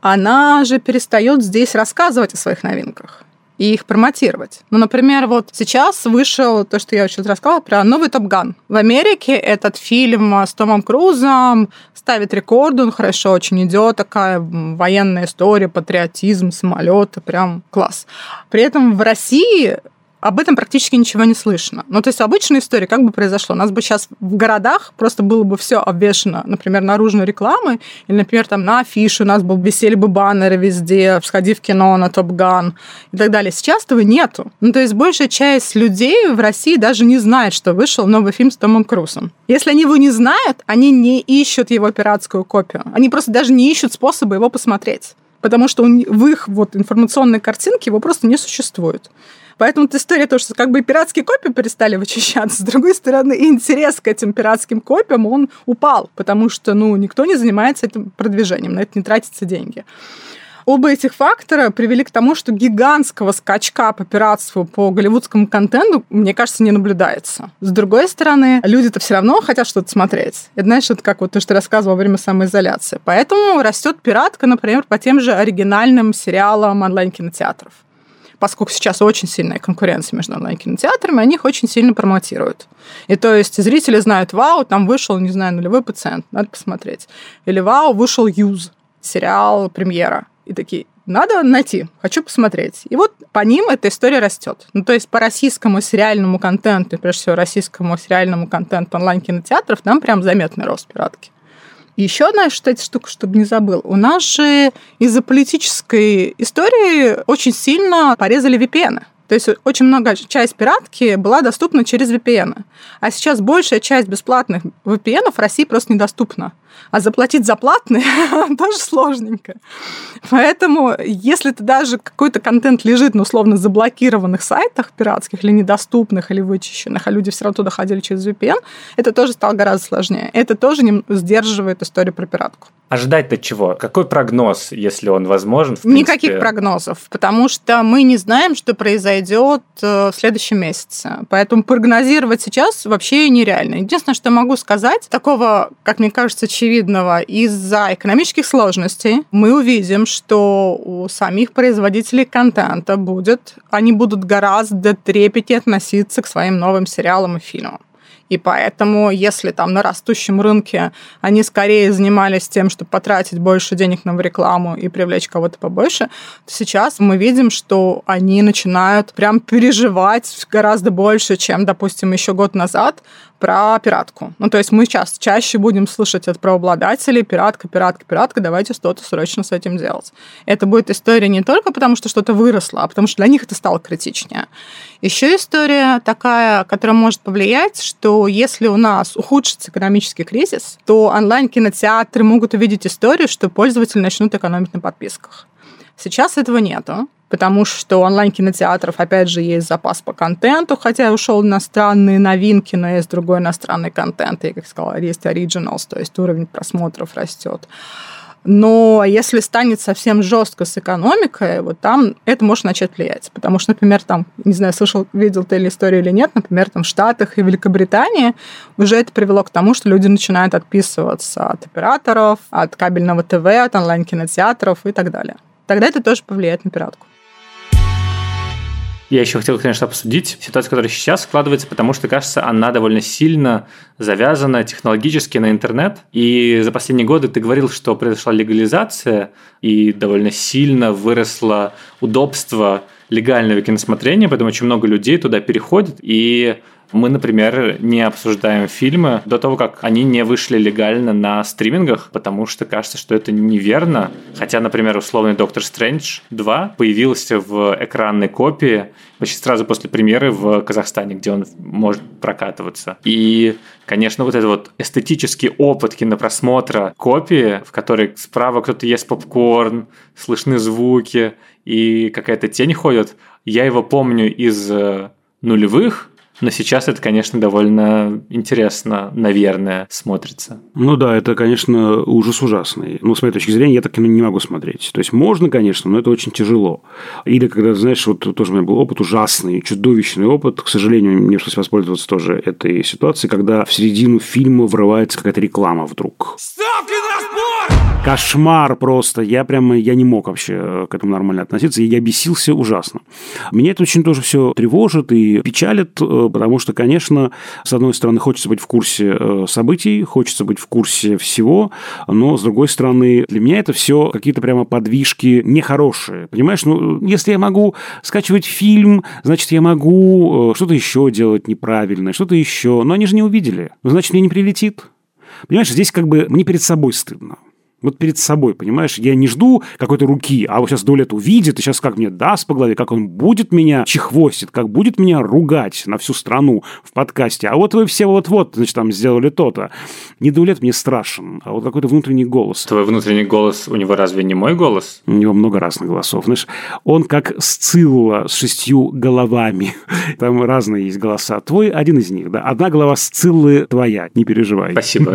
она же перестает здесь рассказывать о своих новинках и их промотировать. Ну, например, вот сейчас вышел то, что я сейчас рассказала, про новый «Топ Ган». В Америке этот фильм с Томом Крузом ставит рекорды, он хорошо очень идет, такая военная история, патриотизм, самолеты, прям класс. При этом в России об этом практически ничего не слышно. Ну, то есть обычная история, как бы произошло. У нас бы сейчас в городах просто было бы все обвешено, например, наружной рекламой, или, например, там на афише у нас бы висели бы баннеры везде, сходи в кино на Топ Ган и так далее. Сейчас этого нету. Ну, то есть большая часть людей в России даже не знает, что вышел новый фильм с Томом Крузом. Если они его не знают, они не ищут его пиратскую копию. Они просто даже не ищут способа его посмотреть. Потому что в их вот информационной картинке его просто не существует. Поэтому эта история то, что как бы пиратские копии перестали вычищаться, с другой стороны, интерес к этим пиратским копиям, он упал, потому что, никто не занимается этим продвижением, на это не тратятся деньги. Оба этих фактора привели к тому, что гигантского скачка по пиратству, по голливудскому контенту, мне кажется, не наблюдается. С другой стороны, люди-то все равно хотят что-то смотреть. Это, знаешь, это как вот то, что ты рассказывал во время самоизоляции. Поэтому растет пиратка, например, по тем же оригинальным сериалам онлайн-кинотеатров. поскольку сейчас очень сильная конкуренция между онлайн-кинотеатрами, они их очень сильно промотируют. И то есть зрители знают, вау, там вышел, не знаю, «Нулевой пациент», надо посмотреть. Или вау, вышел «Юз», сериал «Премьера». И такие, надо найти, хочу посмотреть. И вот по ним эта история растет. Ну, то есть по российскому сериальному контенту, прежде всего российскому сериальному контенту онлайн-кинотеатров, там прям заметный рост пиратки. И еще одна, кстати, штука, чтобы не забыл. У нас же из-за политической истории очень сильно порезали VPN. То есть очень много часть пиратки была доступна через VPN. А сейчас большая часть бесплатных VPN в России просто недоступна. А заплатить за платные тоже сложненько. Поэтому, если ты даже какой-то контент лежит на условно заблокированных сайтах пиратских или недоступных, или вычищенных, а люди все равно туда ходили через VPN, это тоже стало гораздо сложнее. Это тоже сдерживает историю про пиратку. Ожидать-то чего? Какой прогноз, если он возможен? В принципе? Никаких прогнозов, потому что мы не знаем, что произойдет в следующем месяце. Поэтому прогнозировать сейчас вообще нереально. Единственное, что могу сказать, такого, как мне кажется, очевидного, из-за экономических сложностей мы увидим, что у самих производителей контента они будут гораздо трепетнее относиться к своим новым сериалам и фильмам. И поэтому, если там на растущем рынке они скорее занимались тем, чтобы потратить больше денег на рекламу и привлечь кого-то побольше, то сейчас мы видим, что они начинают прям переживать гораздо больше, чем, допустим, еще год назад про пиратку. Ну, то есть мы сейчас чаще будем слышать от правообладателей: пиратка, давайте что-то срочно с этим делать. Это будет история не только потому, что что-то выросло, а потому что для них это стало критичнее. Еще история такая, которая может повлиять, что если у нас ухудшится экономический кризис, то онлайн-кинотеатры могут увидеть историю, что пользователи начнут экономить на подписках. Сейчас этого нету, потому что у онлайн-кинотеатров, опять же, есть запас по контенту, хотя ушел иностранные новинки, но есть другой иностранный контент, и, как я сказала, есть originals, то есть уровень просмотров растет. Но если станет совсем жестко с экономикой, вот там это может начать влиять. Потому что, например, там, не знаю, видел ты историю или нет, например, там в Штатах и Великобритании уже это привело к тому, что люди начинают отписываться от операторов, от кабельного ТВ, от онлайн-кинотеатров и так далее. Тогда это тоже повлияет на пиратку. Я еще хотел, конечно, обсудить ситуацию, которая сейчас складывается, потому что, кажется, она довольно сильно завязана технологически на интернет. И за последние годы ты говорил, что произошла легализация, и довольно сильно выросло удобство легального киносмотрения, поэтому очень много людей туда переходит, и мы, например, не обсуждаем фильмы до того, как они не вышли легально на стримингах, потому что кажется, что это неверно. Хотя, например, условный «Доктор Стрэндж 2» появился в экранной копии почти сразу после премьеры в Казахстане, где он может прокатываться. И, конечно, вот этот вот эстетический опыт кинопросмотра копии, в которой справа кто-то ест попкорн, слышны звуки и какая-то тень ходит, я его помню из нулевых, но сейчас это, конечно, довольно интересно, наверное, смотрится. Ну да, это, конечно, ужас ужасный. Ну, с моей точки зрения, я так кино не могу смотреть. То есть можно, конечно, но это очень тяжело. Или когда, знаешь, вот тоже у меня был опыт ужасный, чудовищный опыт. К сожалению, мне пришлось воспользоваться тоже этой ситуацией, когда в середину фильма врывается какая-то реклама вдруг. Ставки на спорт! Кошмар просто. Я не мог вообще к этому нормально относиться. И я бесился ужасно. Меня это очень тоже все тревожит и печалит, потому что, конечно, с одной стороны, хочется быть в курсе событий, хочется быть в курсе всего, но, с другой стороны, для меня это все какие-то прямо подвижки нехорошие. Понимаешь, ну, если я могу скачивать фильм, значит, я могу что-то еще делать неправильно, что-то еще. Но они же не увидели. Значит, мне не прилетит. Понимаешь, здесь как бы мне перед собой стыдно. Вот перед собой, понимаешь? Я не жду какой-то руки, а вот сейчас Даулет увидит, и сейчас как мне даст по голове, как он будет меня чехвостит, как будет меня ругать на всю страну в подкасте. А вот вы все вот-вот, значит, там сделали то-то. Не Даулет мне страшен, а вот какой-то внутренний голос. Твой внутренний голос, у него разве не мой голос? У него много разных голосов. Знаешь, он как Сцилла с 6 головами. Там разные есть голоса. Твой один из них, да. Одна голова Сциллы твоя, не переживай. Спасибо,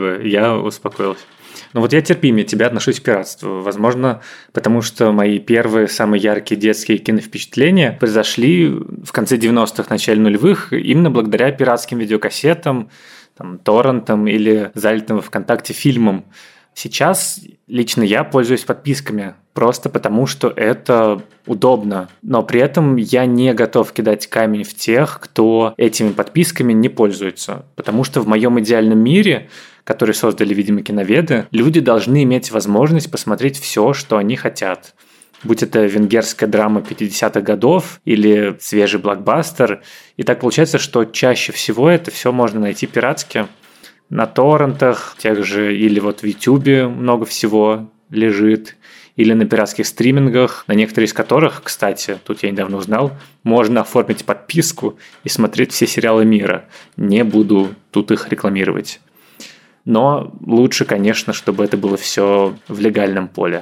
я успокоился. Ну вот я терпимее тебя отношусь к пиратству. Возможно, потому что мои первые, самые яркие детские киновпечатления произошли в конце 90-х, начале нулевых, именно благодаря пиратским видеокассетам, там, торрентам или залитым в ВКонтакте фильмам. Сейчас лично я пользуюсь подписками, просто потому что это удобно. Но при этом я не готов кидать камень в тех, кто этими подписками не пользуется. Потому что в моем идеальном мире, который создали, видимо, киноведы, люди должны иметь возможность посмотреть все, что они хотят. Будь это венгерская драма 50-х годов или свежий блокбастер. И так получается, что чаще всего это все можно найти пиратски. На торрентах, тех же, или вот в Ютубе много всего лежит, или на пиратских стримингах, на некоторые из которых, кстати, тут я недавно узнал, можно оформить подписку и смотреть все сериалы мира. Не буду тут их рекламировать. Но лучше, конечно, чтобы это было все в легальном поле.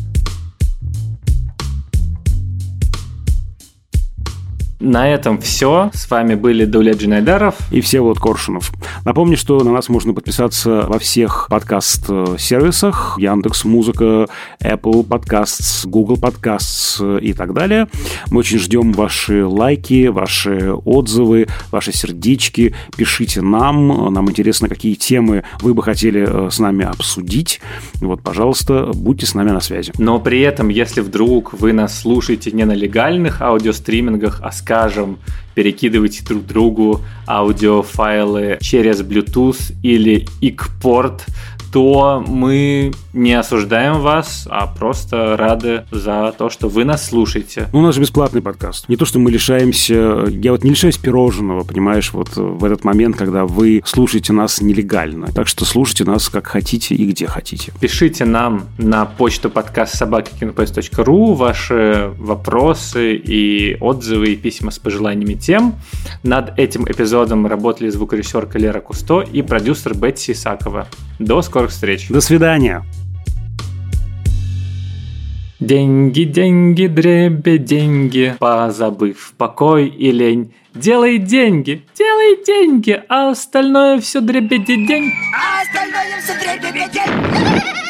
На этом все. С вами были Даулет Джинайдаров и Всеволод Коршунов. Напомню, что на нас можно подписаться во всех подкаст-сервисах: Яндекс.Музыка, Apple Podcasts, Google Podcasts и так далее. Мы очень ждем ваши лайки, ваши отзывы, ваши сердечки. Пишите нам. Нам интересно, какие темы вы бы хотели с нами обсудить. Вот, пожалуйста, будьте с нами на связи. Но при этом, если вдруг вы нас слушаете не на легальных аудиостримингах, а скажем, перекидывайте друг другу аудиофайлы через Bluetooth или икпорт, то мы не осуждаем вас, а просто рады за то, что вы нас слушаете. У нас же бесплатный подкаст. Не то, что мы лишаемся... Я вот не лишаюсь пирожного, понимаешь, вот в этот момент, когда вы слушаете нас нелегально. Так что слушайте нас как хотите и где хотите. Пишите нам на почту podcast@kinopоиск.ру ваши вопросы и отзывы, и письма с пожеланиями тем. Над этим эпизодом работали звукорежиссерка Лера Кусто и продюсер Бетси Исакова. До скорых встреч. До свидания. Деньги, деньги, дребе, деньги, позабыв покой и лень. Делай деньги, а остальное все дребеди день. А остальное все дребеди день.